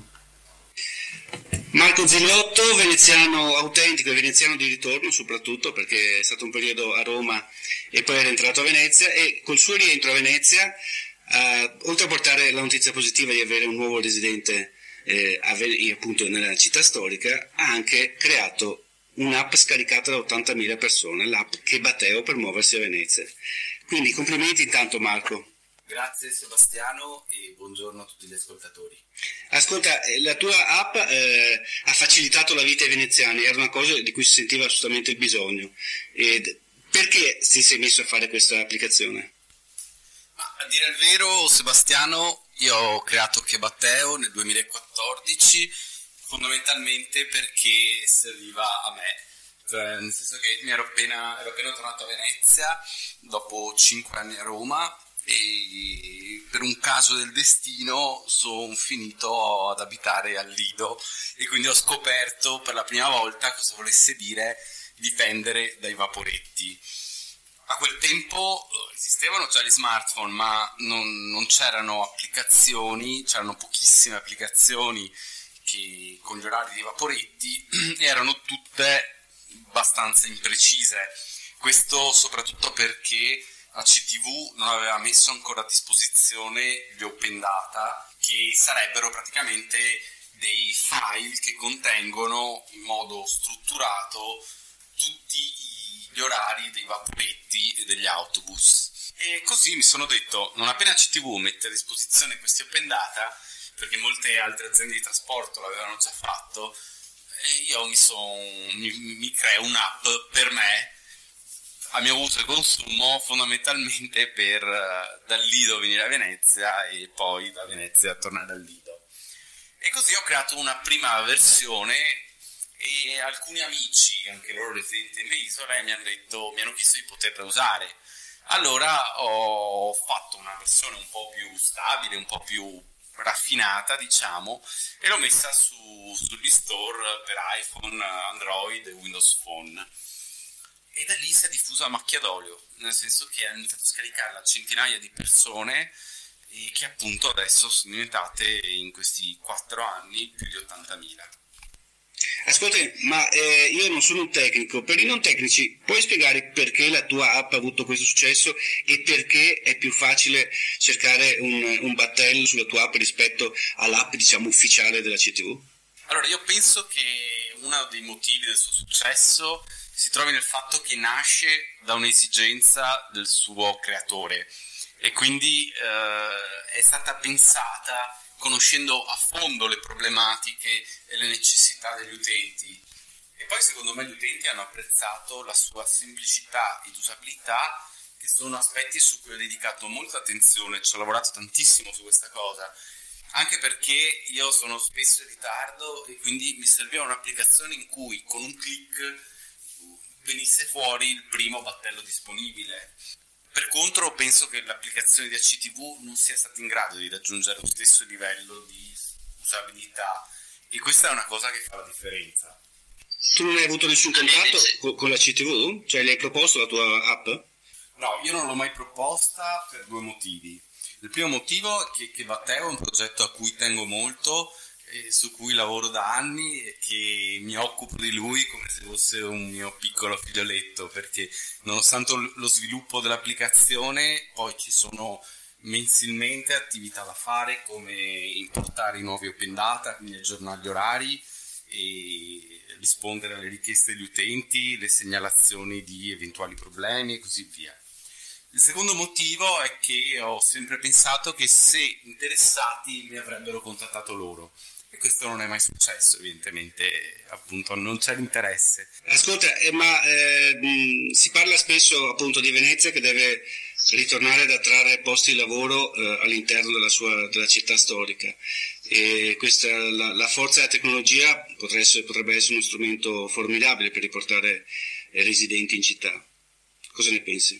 Marco Ziliotto, veneziano autentico e veneziano di ritorno, soprattutto perché è stato un periodo a Roma e poi è rientrato a Venezia, e col suo rientro a Venezia, oltre a portare la notizia positiva di avere un nuovo residente appunto nella città storica, ha anche creato un'app scaricata da 80.000 persone, l'app Kebateo, per muoversi a Venezia. Quindi complimenti intanto, Marco. Grazie Sebastiano e buongiorno a tutti gli ascoltatori. Ascolta, la tua app ha facilitato la vita ai veneziani, era una cosa di cui si sentiva assolutamente il bisogno. Perché ti sei messo a fare questa applicazione? A dire il vero, Sebastiano, io ho creato Kebateo nel 2014 fondamentalmente perché serviva a me, nel senso che ero appena tornato a Venezia dopo 5 anni a Roma e per un caso del destino sono finito ad abitare al Lido e quindi ho scoperto per la prima volta cosa volesse dire dipendere dai vaporetti. A quel tempo esistevano già gli smartphone, ma non c'erano applicazioni, c'erano pochissime applicazioni che con gli orari dei vaporetti erano tutte abbastanza imprecise. Questo soprattutto perché la CTV non aveva messo ancora a disposizione gli open data, che sarebbero praticamente dei file che contengono in modo strutturato tutti gli orari dei vaporetti e degli autobus. E così mi sono detto, non appena CTV mette a disposizione questi open data, perché molte altre aziende di trasporto l'avevano già fatto, e io mi creo un'app per me, a mio uso e consumo, fondamentalmente per dal Lido venire a Venezia e poi da Venezia tornare al Lido. E così ho creato una prima versione e alcuni amici, anche loro residenti nelle isole, mi hanno chiesto di poterla usare. Allora ho fatto una versione un po' più stabile, un po' più raffinata, diciamo, e l'ho messa sugli store per iPhone, Android e Windows Phone. E da lì si è diffusa a macchia d'olio, nel senso che hanno iniziato a scaricarla centinaia di persone e che appunto adesso sono diventate in questi 4 anni più di 80.000. Ascolta, ma io non sono un tecnico, per i non tecnici puoi spiegare perché la tua app ha avuto questo successo e perché è più facile cercare un battello sulla tua app rispetto all'app, diciamo, ufficiale della CTV? Allora, io penso che uno dei motivi del suo successo si trovi nel fatto che nasce da un'esigenza del suo creatore e quindi è stata pensata conoscendo a fondo le problematiche e le necessità degli utenti. E poi secondo me gli utenti hanno apprezzato la sua semplicità ed usabilità, che sono aspetti su cui ho dedicato molta attenzione, ci ho lavorato tantissimo su questa cosa, anche perché io sono spesso in ritardo e quindi mi serviva un'applicazione in cui con un click venisse fuori il primo battello disponibile. Per contro penso che l'applicazione di ACTV non sia stata in grado di raggiungere lo stesso livello di usabilità e questa è una cosa che fa la differenza. Tu non hai avuto nessun contatto con la CTV? Cioè le hai proposto la tua app? No, io non l'ho mai proposta per 2 motivi. Il primo motivo è che Vatteo è un progetto a cui tengo molto e su cui lavoro da anni e che mi occupo di lui come se fosse un mio piccolo figlioletto, perché nonostante lo sviluppo dell'applicazione poi ci sono mensilmente attività da fare come importare i nuovi open data, quindi aggiornare gli orari e rispondere alle richieste degli utenti, le segnalazioni di eventuali problemi e così via. Il secondo motivo è che ho sempre pensato che se interessati mi avrebbero contattato loro. E questo non è mai successo, evidentemente, appunto, non c'è l'interesse. Ascolta, si parla spesso appunto di Venezia che deve ritornare ad attrarre posti di lavoro all'interno della città storica. E questa, la forza della tecnologia potrebbe essere uno strumento formidabile per riportare residenti in città. Cosa ne pensi?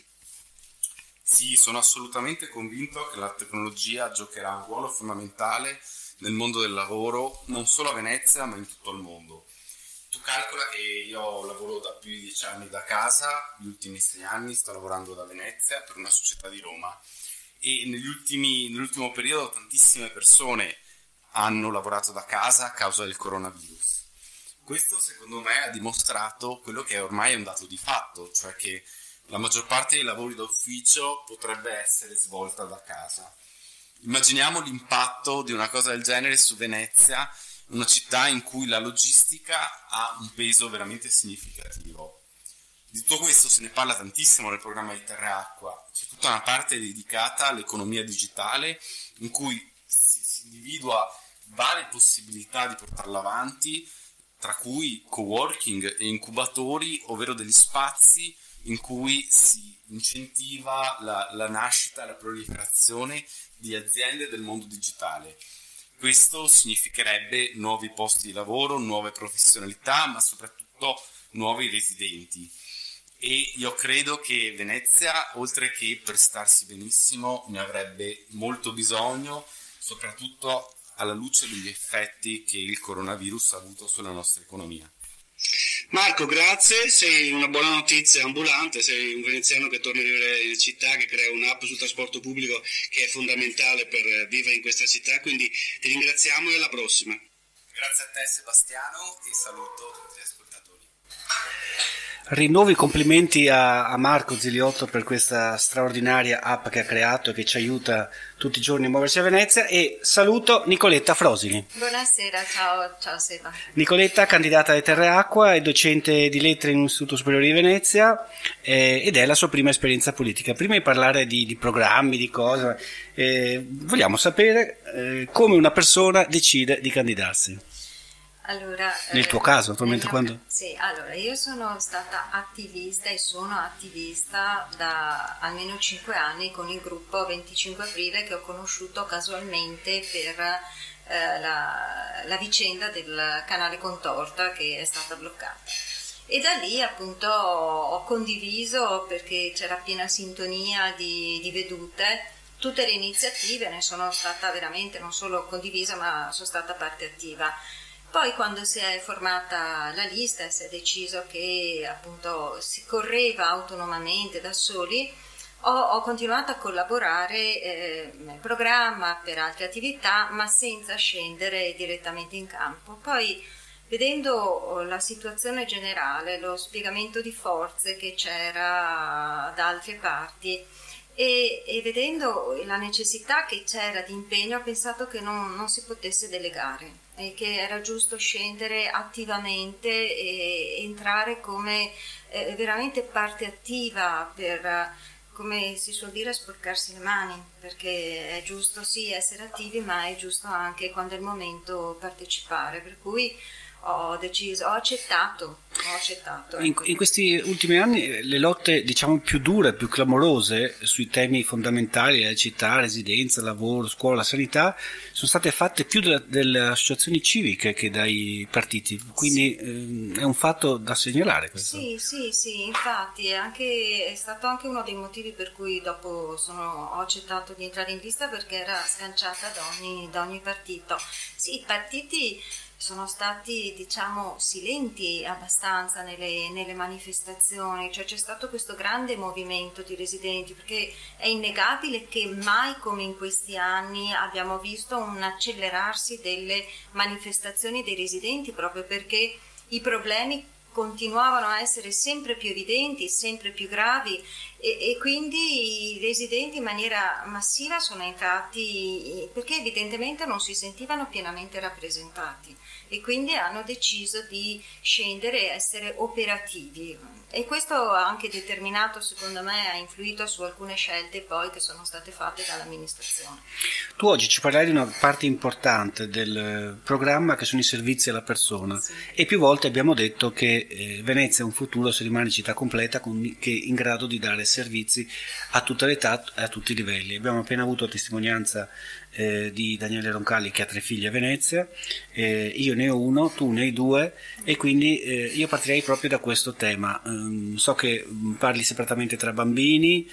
Sì, sono assolutamente convinto che la tecnologia giocherà un ruolo fondamentale nel mondo del lavoro, non solo a Venezia ma in tutto il mondo. Tu calcola che io lavoro da più di 10 anni da casa, gli ultimi 6 anni sto lavorando da Venezia per una società di Roma e nell'ultimo periodo tantissime persone hanno lavorato da casa a causa del coronavirus. Questo secondo me ha dimostrato quello che ormai è un dato di fatto, cioè che la maggior parte dei lavori d'ufficio potrebbe essere svolta da casa. Immaginiamo l'impatto di una cosa del genere su Venezia, una città in cui la logistica ha un peso veramente significativo. Di tutto questo se ne parla tantissimo nel programma di Terra Acqua. C'è tutta una parte dedicata all'economia digitale in cui si individua varie possibilità di portarla avanti, tra cui coworking e incubatori, ovvero degli spazi in cui si incentiva la nascita e la proliferazione di aziende del mondo digitale. Questo significherebbe nuovi posti di lavoro, nuove professionalità, ma soprattutto nuovi residenti. E io credo che Venezia, oltre che prestarsi benissimo, ne avrebbe molto bisogno, soprattutto alla luce degli effetti che il coronavirus ha avuto sulla nostra economia. Marco, grazie, sei una buona notizia ambulante, sei un veneziano che torna a vivere in città, che crea un'app sul trasporto pubblico che è fondamentale per vivere in questa città, quindi ti ringraziamo e alla prossima. Grazie a te Sebastiano e saluto tutti gli ascoltatori. Rinnovo i complimenti a Marco Ziliotto per questa straordinaria app che ha creato e che ci aiuta tutti i giorni a muoversi a Venezia, e saluto Nicoletta Frosini. Buonasera, ciao Seba. Nicoletta, candidata alle Terre Acqua, è docente di lettere in un istituto superiore di Venezia ed è la sua prima esperienza politica. Prima di parlare di programmi, di cose, vogliamo sapere come una persona decide di candidarsi. Allora, nel tuo caso, attualmente quando? Sì, allora io sono stata attivista e sono attivista da almeno 5 anni con il gruppo 25 Aprile, che ho conosciuto casualmente per la vicenda del canale Contorta che è stata bloccata. E da lì appunto ho condiviso, perché c'era piena sintonia di vedute, tutte le iniziative, ne sono stata veramente non solo condivisa ma sono stata parte attiva. Poi quando si è formata la lista e si è deciso che appunto si correva autonomamente da soli, ho continuato a collaborare nel programma per altre attività, ma senza scendere direttamente in campo. Poi, vedendo la situazione generale, lo spiegamento di forze che c'era da altre parti, e vedendo la necessità che c'era di impegno, ho pensato che non si potesse delegare e che era giusto scendere attivamente e entrare come veramente parte attiva per, come si suol dire, sporcarsi le mani, perché è giusto sì essere attivi, ma è giusto anche, quando è il momento, partecipare. Per cui ho accettato. In questi ultimi anni le lotte, diciamo, più dure, più clamorose sui temi fondamentali, la città, residenza, lavoro, scuola, sanità, sono state fatte più dalle associazioni civiche che dai partiti, quindi è un fatto da segnalare questo. Sì, infatti è stato anche uno dei motivi per cui dopo ho accettato di entrare in lista, perché era sganciata da ogni partito. Sì, i partiti sono stati, diciamo, silenti abbastanza nelle manifestazioni, cioè c'è stato questo grande movimento di residenti, perché è innegabile che mai come in questi anni abbiamo visto un accelerarsi delle manifestazioni dei residenti, proprio perché i problemi continuavano a essere sempre più evidenti, sempre più gravi, e quindi i residenti in maniera massiva sono entrati, perché evidentemente non si sentivano pienamente rappresentati, e quindi hanno deciso di scendere e essere operativi, e questo ha anche determinato, secondo me, ha influito su alcune scelte poi che sono state fatte dall'amministrazione. Tu oggi ci parlai di una parte importante del programma, che sono i servizi alla persona, sì. E più volte abbiamo detto che Venezia è un futuro se rimane città completa, che è in grado di dare servizi a tutte le età e a tutti i livelli. Abbiamo appena avuto testimonianza di Daniele Roncalli, che ha 3 figli a Venezia, io ne ho 1, tu ne hai 2, e quindi io partirei proprio da questo tema. So che parli separatamente tra bambini,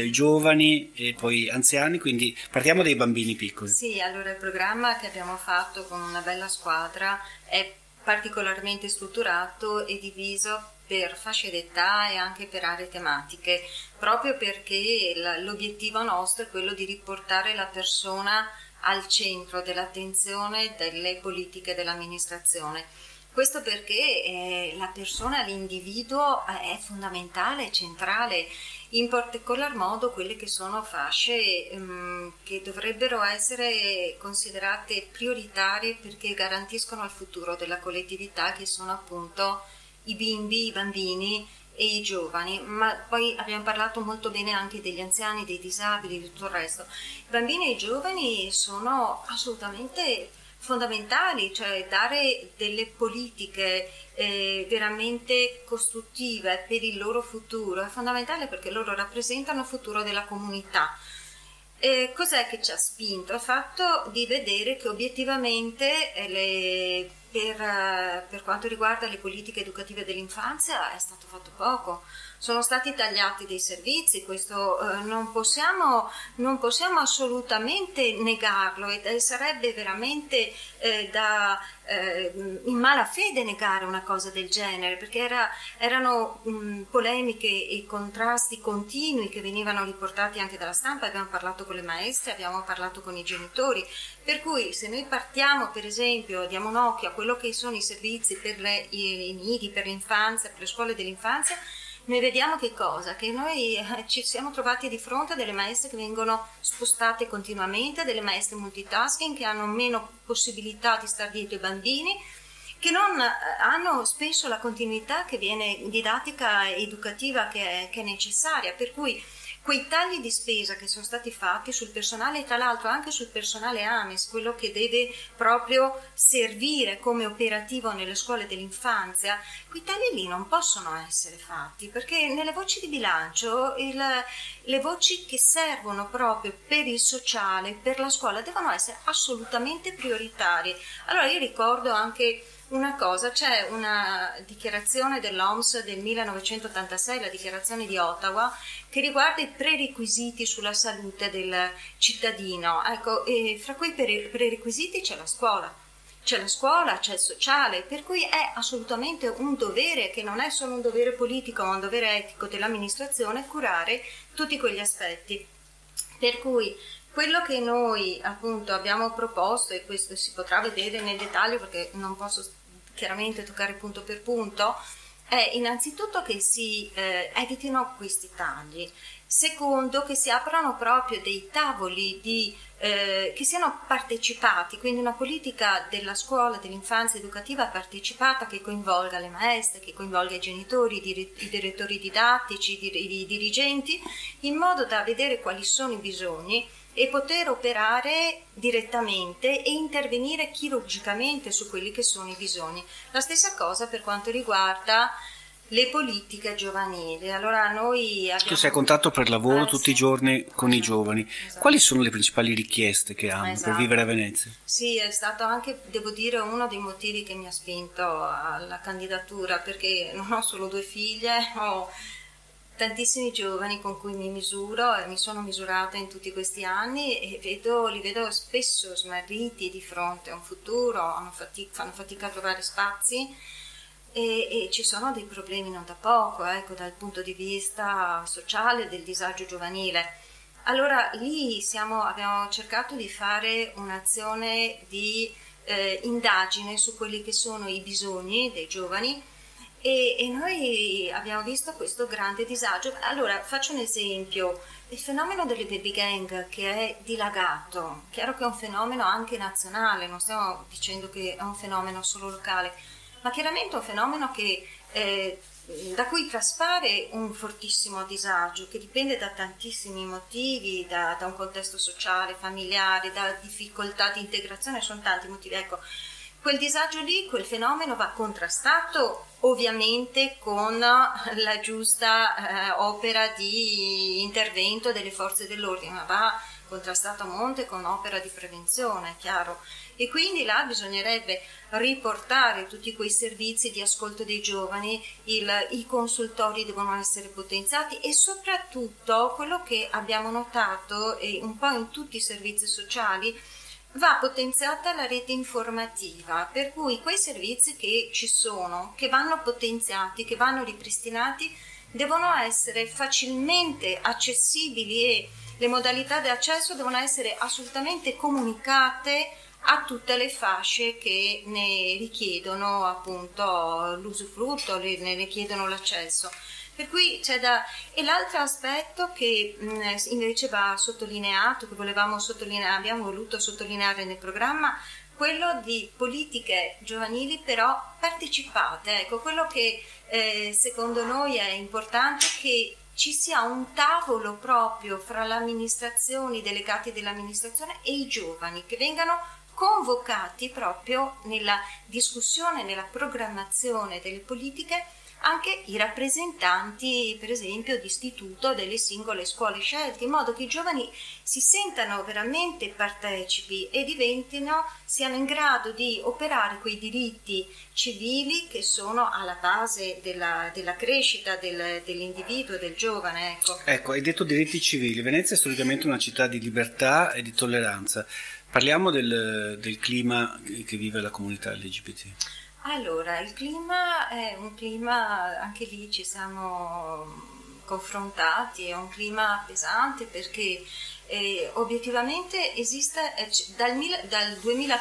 giovani e poi anziani, quindi partiamo dai bambini piccoli. Sì, allora il programma che abbiamo fatto con una bella squadra è particolarmente strutturato e diviso per fasce d'età e anche per aree tematiche, proprio perché l'obiettivo nostro è quello di riportare la persona al centro dell'attenzione delle politiche dell'amministrazione. Questo perché la persona, l'individuo è fondamentale, centrale, in particolar modo quelle che sono fasce che dovrebbero essere considerate prioritarie perché garantiscono il futuro della collettività, che sono appunto i bimbi, i bambini e i giovani, ma poi abbiamo parlato molto bene anche degli anziani, dei disabili, di tutto il resto. I bambini e i giovani sono assolutamente fondamentali, cioè dare delle politiche veramente costruttive per il loro futuro è fondamentale, perché loro rappresentano il futuro della comunità. Cos'è che ci ha spinto? Il fatto di vedere che obiettivamente per quanto riguarda le politiche educative dell'infanzia è stato fatto poco. sono stati tagliati dei servizi, questo non possiamo assolutamente negarlo, e sarebbe veramente in malafede negare una cosa del genere, perché erano polemiche e contrasti continui che venivano riportati anche dalla stampa. Abbiamo parlato con le maestre, abbiamo parlato con i genitori, per cui se noi partiamo, per esempio, diamo un occhio a quello che sono i servizi per i nidi, per l'infanzia, per le scuole dell'infanzia, noi vediamo che cosa? Che noi ci siamo trovati di fronte a delle maestre che vengono spostate continuamente, delle maestre multitasking che hanno meno possibilità di stare dietro ai bambini, che non hanno spesso la continuità che viene didattica e educativa che è necessaria, per cui quei tagli di spesa che sono stati fatti sul personale, e tra l'altro anche sul personale AMES, quello che deve proprio servire come operativo nelle scuole dell'infanzia, quei tagli lì non possono essere fatti, perché nelle voci di bilancio le voci che servono proprio per il sociale, per la scuola, devono essere assolutamente prioritarie. Allora io ricordo anche una cosa, c'è una dichiarazione dell'OMS del 1986, la dichiarazione di Ottawa, che riguarda i prerequisiti sulla salute del cittadino. Ecco, e fra quei prerequisiti c'è la scuola, c'è il sociale, per cui è assolutamente un dovere, che non è solo un dovere politico, ma un dovere etico dell'amministrazione, curare tutti quegli aspetti. Per cui quello che noi appunto abbiamo proposto, e questo si potrà vedere nel dettaglio perché non posso chiaramente toccare punto per punto, è innanzitutto che si evitino questi tagli, secondo che si aprano proprio dei tavoli che siano partecipati, quindi una politica della scuola, dell'infanzia educativa partecipata, che coinvolga le maestre, che coinvolga i genitori, i direttori didattici, i dirigenti, in modo da vedere quali sono i bisogni e poter operare direttamente e intervenire chirurgicamente su quelli che sono i bisogni. La stessa cosa per quanto riguarda le politiche giovanili. Allora noi abbiamo... Tu sei a contatto per lavoro tutti i giorni con i giovani. Esatto. Quali sono le principali richieste che hanno per vivere a Venezia? Sì, è stato anche, devo dire, uno dei motivi che mi ha spinto alla candidatura, perché non ho solo 2 figlie, ho tantissimi giovani con cui mi misuro e mi sono misurata in tutti questi anni, e li vedo spesso smarriti di fronte a un futuro, fanno fatica a trovare spazi, e ci sono dei problemi non da poco, ecco, dal punto di vista sociale, del disagio giovanile. Allora lì abbiamo cercato di fare un'azione di indagine su quelli che sono i bisogni dei giovani, e noi abbiamo visto questo grande disagio. Allora faccio un esempio: il fenomeno delle baby gang, che è dilagato, chiaro che è un fenomeno anche nazionale, non stiamo dicendo che è un fenomeno solo locale, ma chiaramente è un fenomeno che da cui traspare un fortissimo disagio, che dipende da tantissimi motivi, da un contesto sociale, familiare, da difficoltà di integrazione, sono tanti motivi. Ecco, quel disagio lì, quel fenomeno va contrastato ovviamente con la giusta opera di intervento delle forze dell'ordine, ma va contrastato a monte con opera di prevenzione, è chiaro. E quindi là bisognerebbe riportare tutti quei servizi di ascolto dei giovani, i consultori devono essere potenziati, e soprattutto quello che abbiamo notato un po' in tutti i servizi sociali, va potenziata la rete informativa, per cui quei servizi che ci sono, che vanno potenziati, che vanno ripristinati, devono essere facilmente accessibili, e le modalità di accesso devono essere assolutamente comunicate a tutte le fasce che ne richiedono appunto l'usufrutto, ne richiedono l'accesso. Per cui e l'altro aspetto che invece va sottolineato, che abbiamo voluto sottolineare nel programma, quello di politiche giovanili però partecipate. Ecco, quello che secondo noi è importante è che ci sia un tavolo proprio fra le amministrazioni, i delegati dell'amministrazione e i giovani, che vengano convocati proprio nella discussione, nella programmazione delle politiche, anche i rappresentanti, per esempio, d'istituto delle singole scuole scelte, in modo che i giovani si sentano veramente partecipi e siano in grado di operare quei diritti civili che sono alla base della crescita dell'individuo, del giovane. Ecco, hai detto diritti civili. Venezia è storicamente una città di libertà e di tolleranza. Parliamo del clima che vive la comunità LGBT. Allora, il clima è un clima, anche lì ci siamo confrontati, è un clima pesante perché obiettivamente esiste dal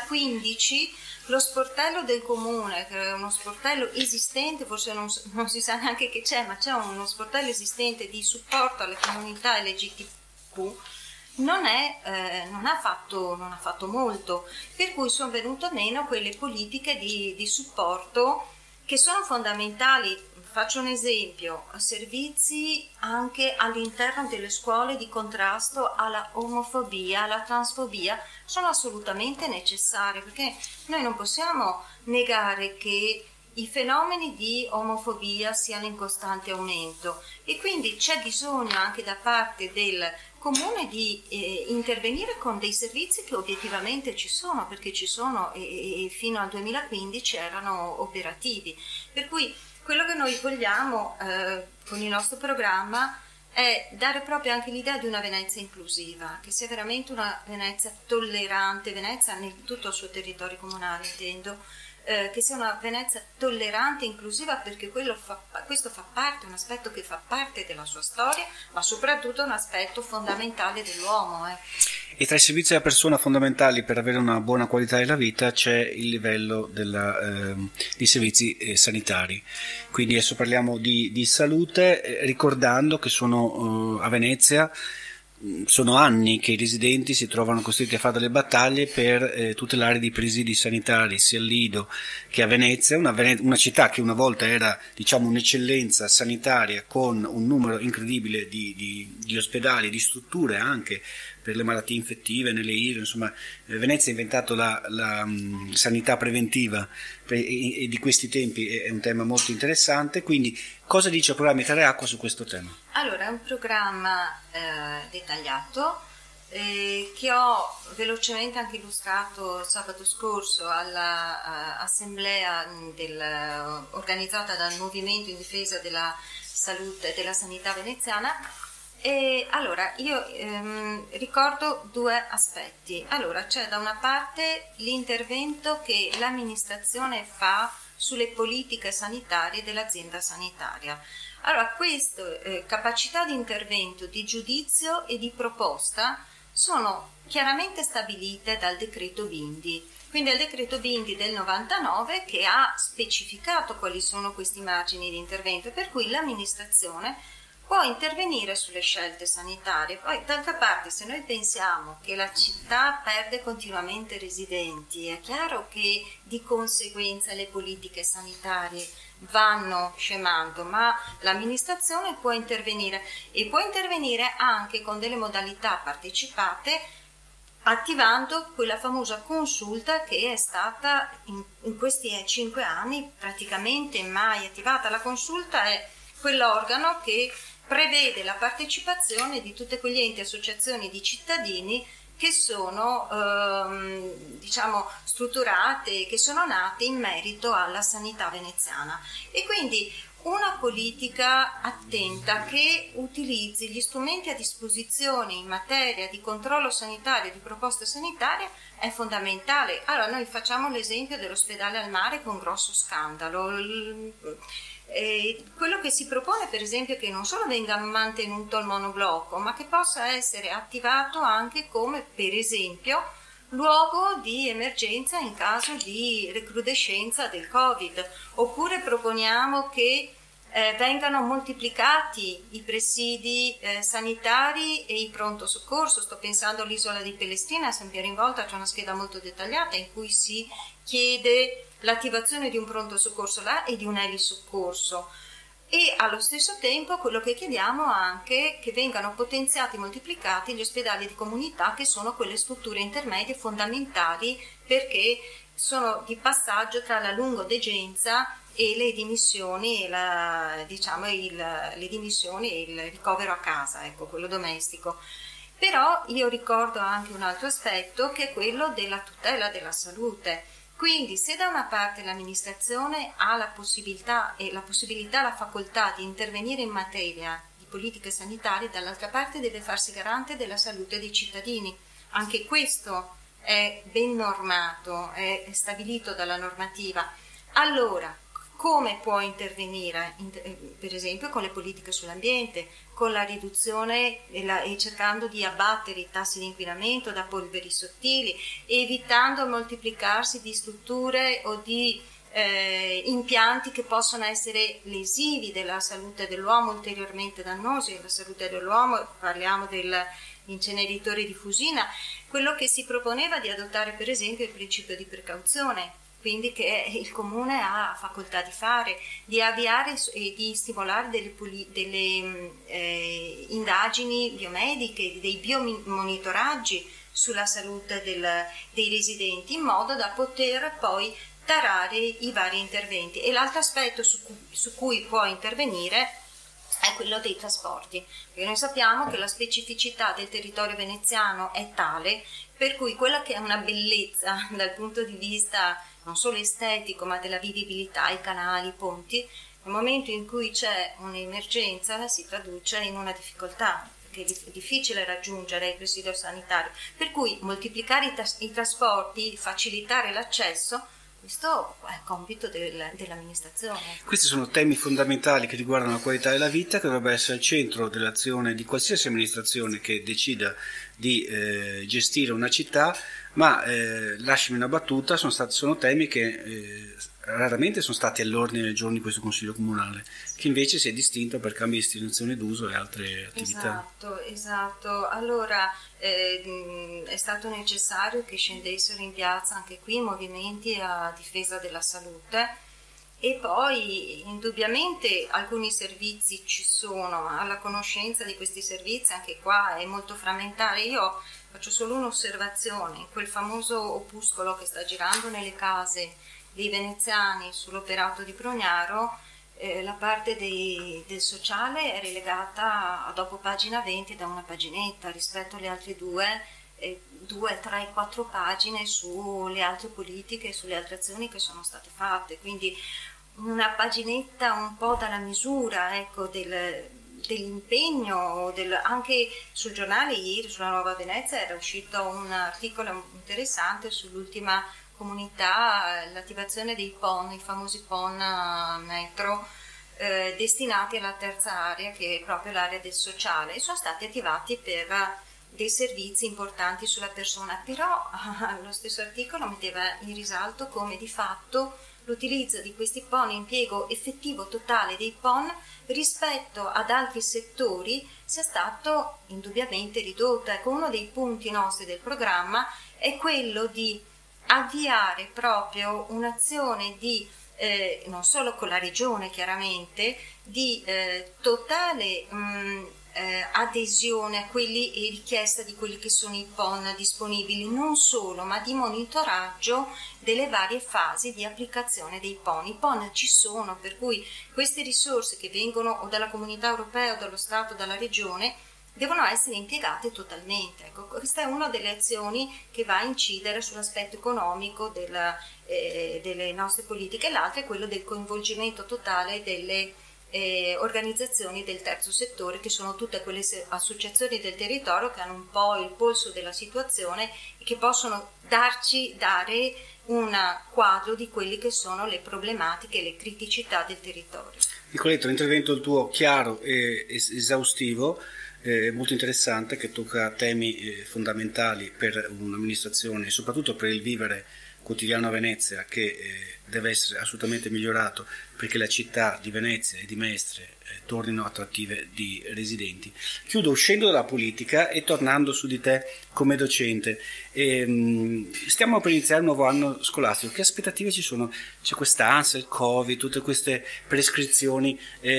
2015 lo sportello del comune, che è uno sportello esistente, forse non si sa neanche che c'è, ma c'è uno sportello esistente di supporto alle comunità LGBTQ. Non ha fatto molto, per cui sono venute meno quelle politiche di supporto che sono fondamentali. Faccio un esempio: servizi anche all'interno delle scuole di contrasto alla omofobia, alla transfobia, sono assolutamente necessari, perché noi non possiamo negare che i fenomeni di omofobia siano in costante aumento e quindi c'è bisogno anche da parte del comune di intervenire con dei servizi che obiettivamente ci sono, perché ci sono e fino al 2015 erano operativi. Per cui quello che noi vogliamo con il nostro programma è dare proprio anche l'idea di una Venezia inclusiva, che sia veramente una Venezia tollerante, Venezia in tutto il suo territorio comunale intendo, che sia una Venezia tollerante e inclusiva, perché questo fa parte, un aspetto che fa parte della sua storia, ma soprattutto un aspetto fondamentale dell'uomo. E tra i servizi della persona fondamentali per avere una buona qualità della vita c'è il livello di servizi sanitari. Quindi adesso parliamo di salute, ricordando che a Venezia sono anni che i residenti si trovano costretti a fare delle battaglie per tutelare dei presidi sanitari sia a Lido che a Venezia, una città che una volta era, diciamo, un'eccellenza sanitaria con un numero incredibile di ospedali, di strutture anche per le malattie infettive nelle isole. Insomma, Venezia ha inventato la sanità preventiva e di questi tempi è un tema molto interessante. Quindi cosa dice il programma Terra e Acqua su questo tema? Allora, è un programma dettagliato che ho velocemente anche illustrato sabato scorso all'assemblea organizzata dal Movimento in difesa della salute e della sanità veneziana. E allora io ricordo due aspetti. Allora, c'è da una parte l'intervento che l'amministrazione fa sulle politiche sanitarie dell'azienda sanitaria. Allora, queste capacità di intervento, di giudizio e di proposta sono chiaramente stabilite dal decreto Bindi. Quindi è il decreto Bindi del 99 che ha specificato quali sono questi margini di intervento, per cui l'amministrazione può intervenire sulle scelte sanitarie. Poi, d'altra parte, se noi pensiamo che la città perde continuamente residenti, è chiaro che di conseguenza le politiche sanitarie vanno scemando, ma l'amministrazione può intervenire e può intervenire anche con delle modalità partecipate, attivando quella famosa consulta che è stata in questi 5 anni praticamente mai attivata. La consulta è quell'organo che prevede la partecipazione di tutte quegli enti e associazioni di cittadini che sono strutturate, che sono nate in merito alla sanità veneziana, e quindi una politica attenta che utilizzi gli strumenti a disposizione in materia di controllo sanitario e di proposta sanitaria è fondamentale. Allora, noi facciamo l'esempio dell'ospedale al mare con grosso scandalo. Quello che si propone, per esempio, è che non solo venga mantenuto il monoblocco, ma che possa essere attivato anche come, per esempio, luogo di emergenza in caso di recrudescenza del Covid. Oppure proponiamo che vengano moltiplicati i presidi sanitari e i pronto soccorso. Sto pensando all'isola di Pellestrina, a San Piero in Volta c'è una scheda molto dettagliata in cui si chiede l'attivazione di un pronto soccorso là e di un elisoccorso. E allo stesso tempo quello che chiediamo anche è che vengano potenziati e moltiplicati gli ospedali di comunità, che sono quelle strutture intermedie fondamentali, perché sono di passaggio tra la lungodegenza e le dimissioni e le dimissioni e il ricovero a casa, ecco, quello domestico. Però io ricordo anche un altro aspetto, che è quello della tutela della salute. Quindi se da una parte l'amministrazione ha la possibilità, la facoltà di intervenire in materia di politiche sanitarie, dall'altra parte deve farsi garante della salute dei cittadini. Anche questo è ben normato, è stabilito dalla normativa. Allora, come può intervenire? Per esempio con le politiche sull'ambiente, con la riduzione e cercando di abbattere i tassi di inquinamento da polveri sottili, evitando il moltiplicarsi di strutture o di impianti che possono essere lesivi della salute dell'uomo, ulteriormente dannosi alla salute dell'uomo. Parliamo dell'inceneritore di Fusina. Quello che si proponeva di adottare per esempio il principio di precauzione, quindi che il comune ha facoltà di fare, di avviare e di stimolare delle indagini biomediche, dei biomonitoraggi sulla salute dei residenti, in modo da poter poi tarare i vari interventi. E l'altro aspetto su cui può intervenire è quello dei trasporti, perché noi sappiamo che la specificità del territorio veneziano è tale per cui quella che è una bellezza dal punto di vista non solo estetico ma della vivibilità, i canali, i ponti, nel momento in cui c'è un'emergenza si traduce in una difficoltà, perché è difficile raggiungere il presidio sanitario, per cui moltiplicare i trasporti, facilitare l'accesso, questo è compito dell'amministrazione. Questi sono temi fondamentali che riguardano la qualità della vita, che dovrebbe essere al centro dell'azione di qualsiasi amministrazione che decida di gestire una città, ma lasciami una battuta, sono temi che raramente sono stati all'ordine del giorno di questo Consiglio Comunale, che invece si è distinto per cambi di destinazione d'uso e altre attività. Esatto. Allora è stato necessario che scendessero in piazza anche qui movimenti a difesa della salute, e poi indubbiamente alcuni servizi ci sono, ma la conoscenza di questi servizi anche qua è molto frammentare. Io faccio solo un'osservazione: in quel famoso opuscolo che sta girando nelle case dei veneziani sull'operato di Brugnaro, la parte del sociale è relegata a dopo pagina 20 da una paginetta rispetto alle altre 2, 3, 4 pagine sulle altre politiche e sulle altre azioni che sono state fatte, quindi una paginetta un po' dalla misura, ecco, dell'impegno. Anche sul giornale ieri, sulla Nuova Venezia, era uscito un articolo interessante sull'ultima comunità, l'attivazione dei PON, i famosi PON metro, destinati alla terza area, che è proprio l'area del sociale, e sono stati attivati per dei servizi importanti sulla persona. Però lo stesso articolo metteva in risalto come di fatto l'utilizzo di questi PON, impiego effettivo totale dei PON rispetto ad altri settori, sia stato indubbiamente ridotto. Ecco, uno dei punti nostri del programma è quello di avviare proprio un'azione di non solo con la regione chiaramente, di totale adesione a quelli e richiesta di quelli che sono i PON disponibili, non solo, ma di monitoraggio delle varie fasi di applicazione dei PON. I PON ci sono, per cui queste risorse che vengono o dalla comunità europea o dallo Stato, dalla regione, devono essere impiegate totalmente. Ecco, questa è una delle azioni che va a incidere sull'aspetto economico delle nostre politiche. L'altra è quello del coinvolgimento totale delle organizzazioni del terzo settore, che sono tutte quelle associazioni del territorio che hanno un po' il polso della situazione e che possono dare un quadro di quelle che sono le problematiche e le criticità del territorio. Nicoletto, l'intervento il tuo chiaro e esaustivo, molto interessante, che tocca temi fondamentali per un'amministrazione e soprattutto per il vivere quotidiano a Venezia, che deve essere assolutamente migliorato, perché la città di Venezia e di Mestre tornino attrattive di residenti. Chiudo uscendo dalla politica e tornando su di te come docente. Stiamo per iniziare un nuovo anno scolastico. Che aspettative ci sono? C'è quest'ansia, il Covid, tutte queste prescrizioni.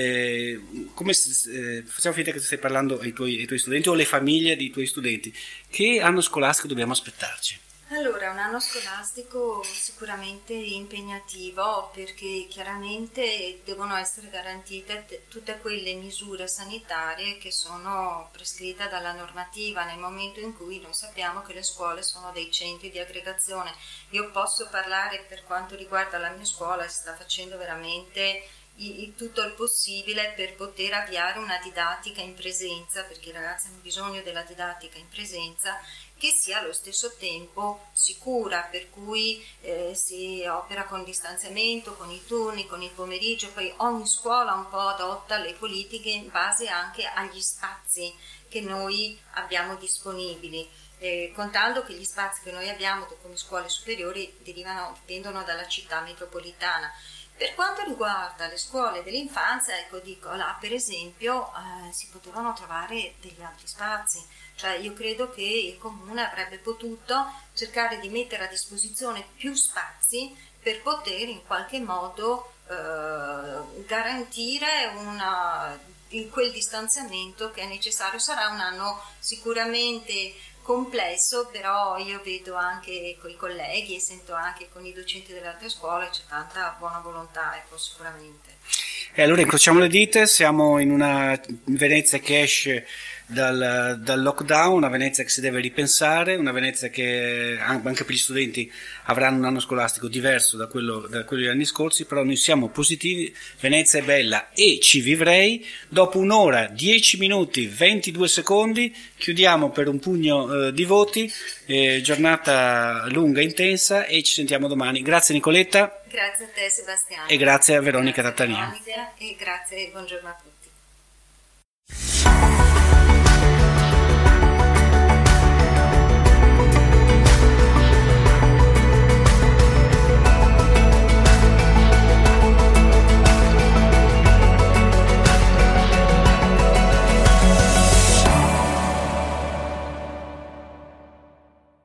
Facciamo finta che tu stai parlando ai tuoi studenti o alle famiglie dei tuoi studenti. Che anno scolastico dobbiamo aspettarci? Allora, un anno scolastico sicuramente impegnativo, perché chiaramente devono essere garantite tutte quelle misure sanitarie che sono prescritte dalla normativa, nel momento in cui noi sappiamo che le scuole sono dei centri di aggregazione. Io posso parlare per quanto riguarda la mia scuola, si sta facendo veramente tutto il possibile per poter avviare una didattica in presenza, perché i ragazzi hanno bisogno della didattica in presenza, che sia allo stesso tempo sicura, per cui si opera con distanziamento, con i turni, con il pomeriggio. Poi ogni scuola un po' adotta le politiche in base anche agli spazi che noi abbiamo disponibili, contando che gli spazi che noi abbiamo come scuole superiori dipendono dalla città metropolitana. Per quanto riguarda le scuole dell'infanzia, ecco, dico, là per esempio si potevano trovare degli altri spazi, cioè io credo che il Comune avrebbe potuto cercare di mettere a disposizione più spazi per poter in qualche modo garantire quel distanziamento che è necessario. Sarà un anno sicuramente complesso, però io vedo anche con i colleghi e sento anche con i docenti delle altre scuole c'è tanta buona volontà, ecco, sicuramente. E allora incrociamo le dita, siamo in una Venezia che esce dal lockdown, una Venezia che si deve ripensare, una Venezia che anche per gli studenti avranno un anno scolastico diverso da quello degli anni scorsi, però noi siamo positivi, Venezia è bella e ci vivrei. Dopo un'ora, 10 minuti, 22 secondi, chiudiamo per un pugno di voti, giornata lunga, intensa, e ci sentiamo domani. Grazie Nicoletta. Grazie a te Sebastiano. E grazie a Veronica Tattania. E grazie e buongiorno a tutti.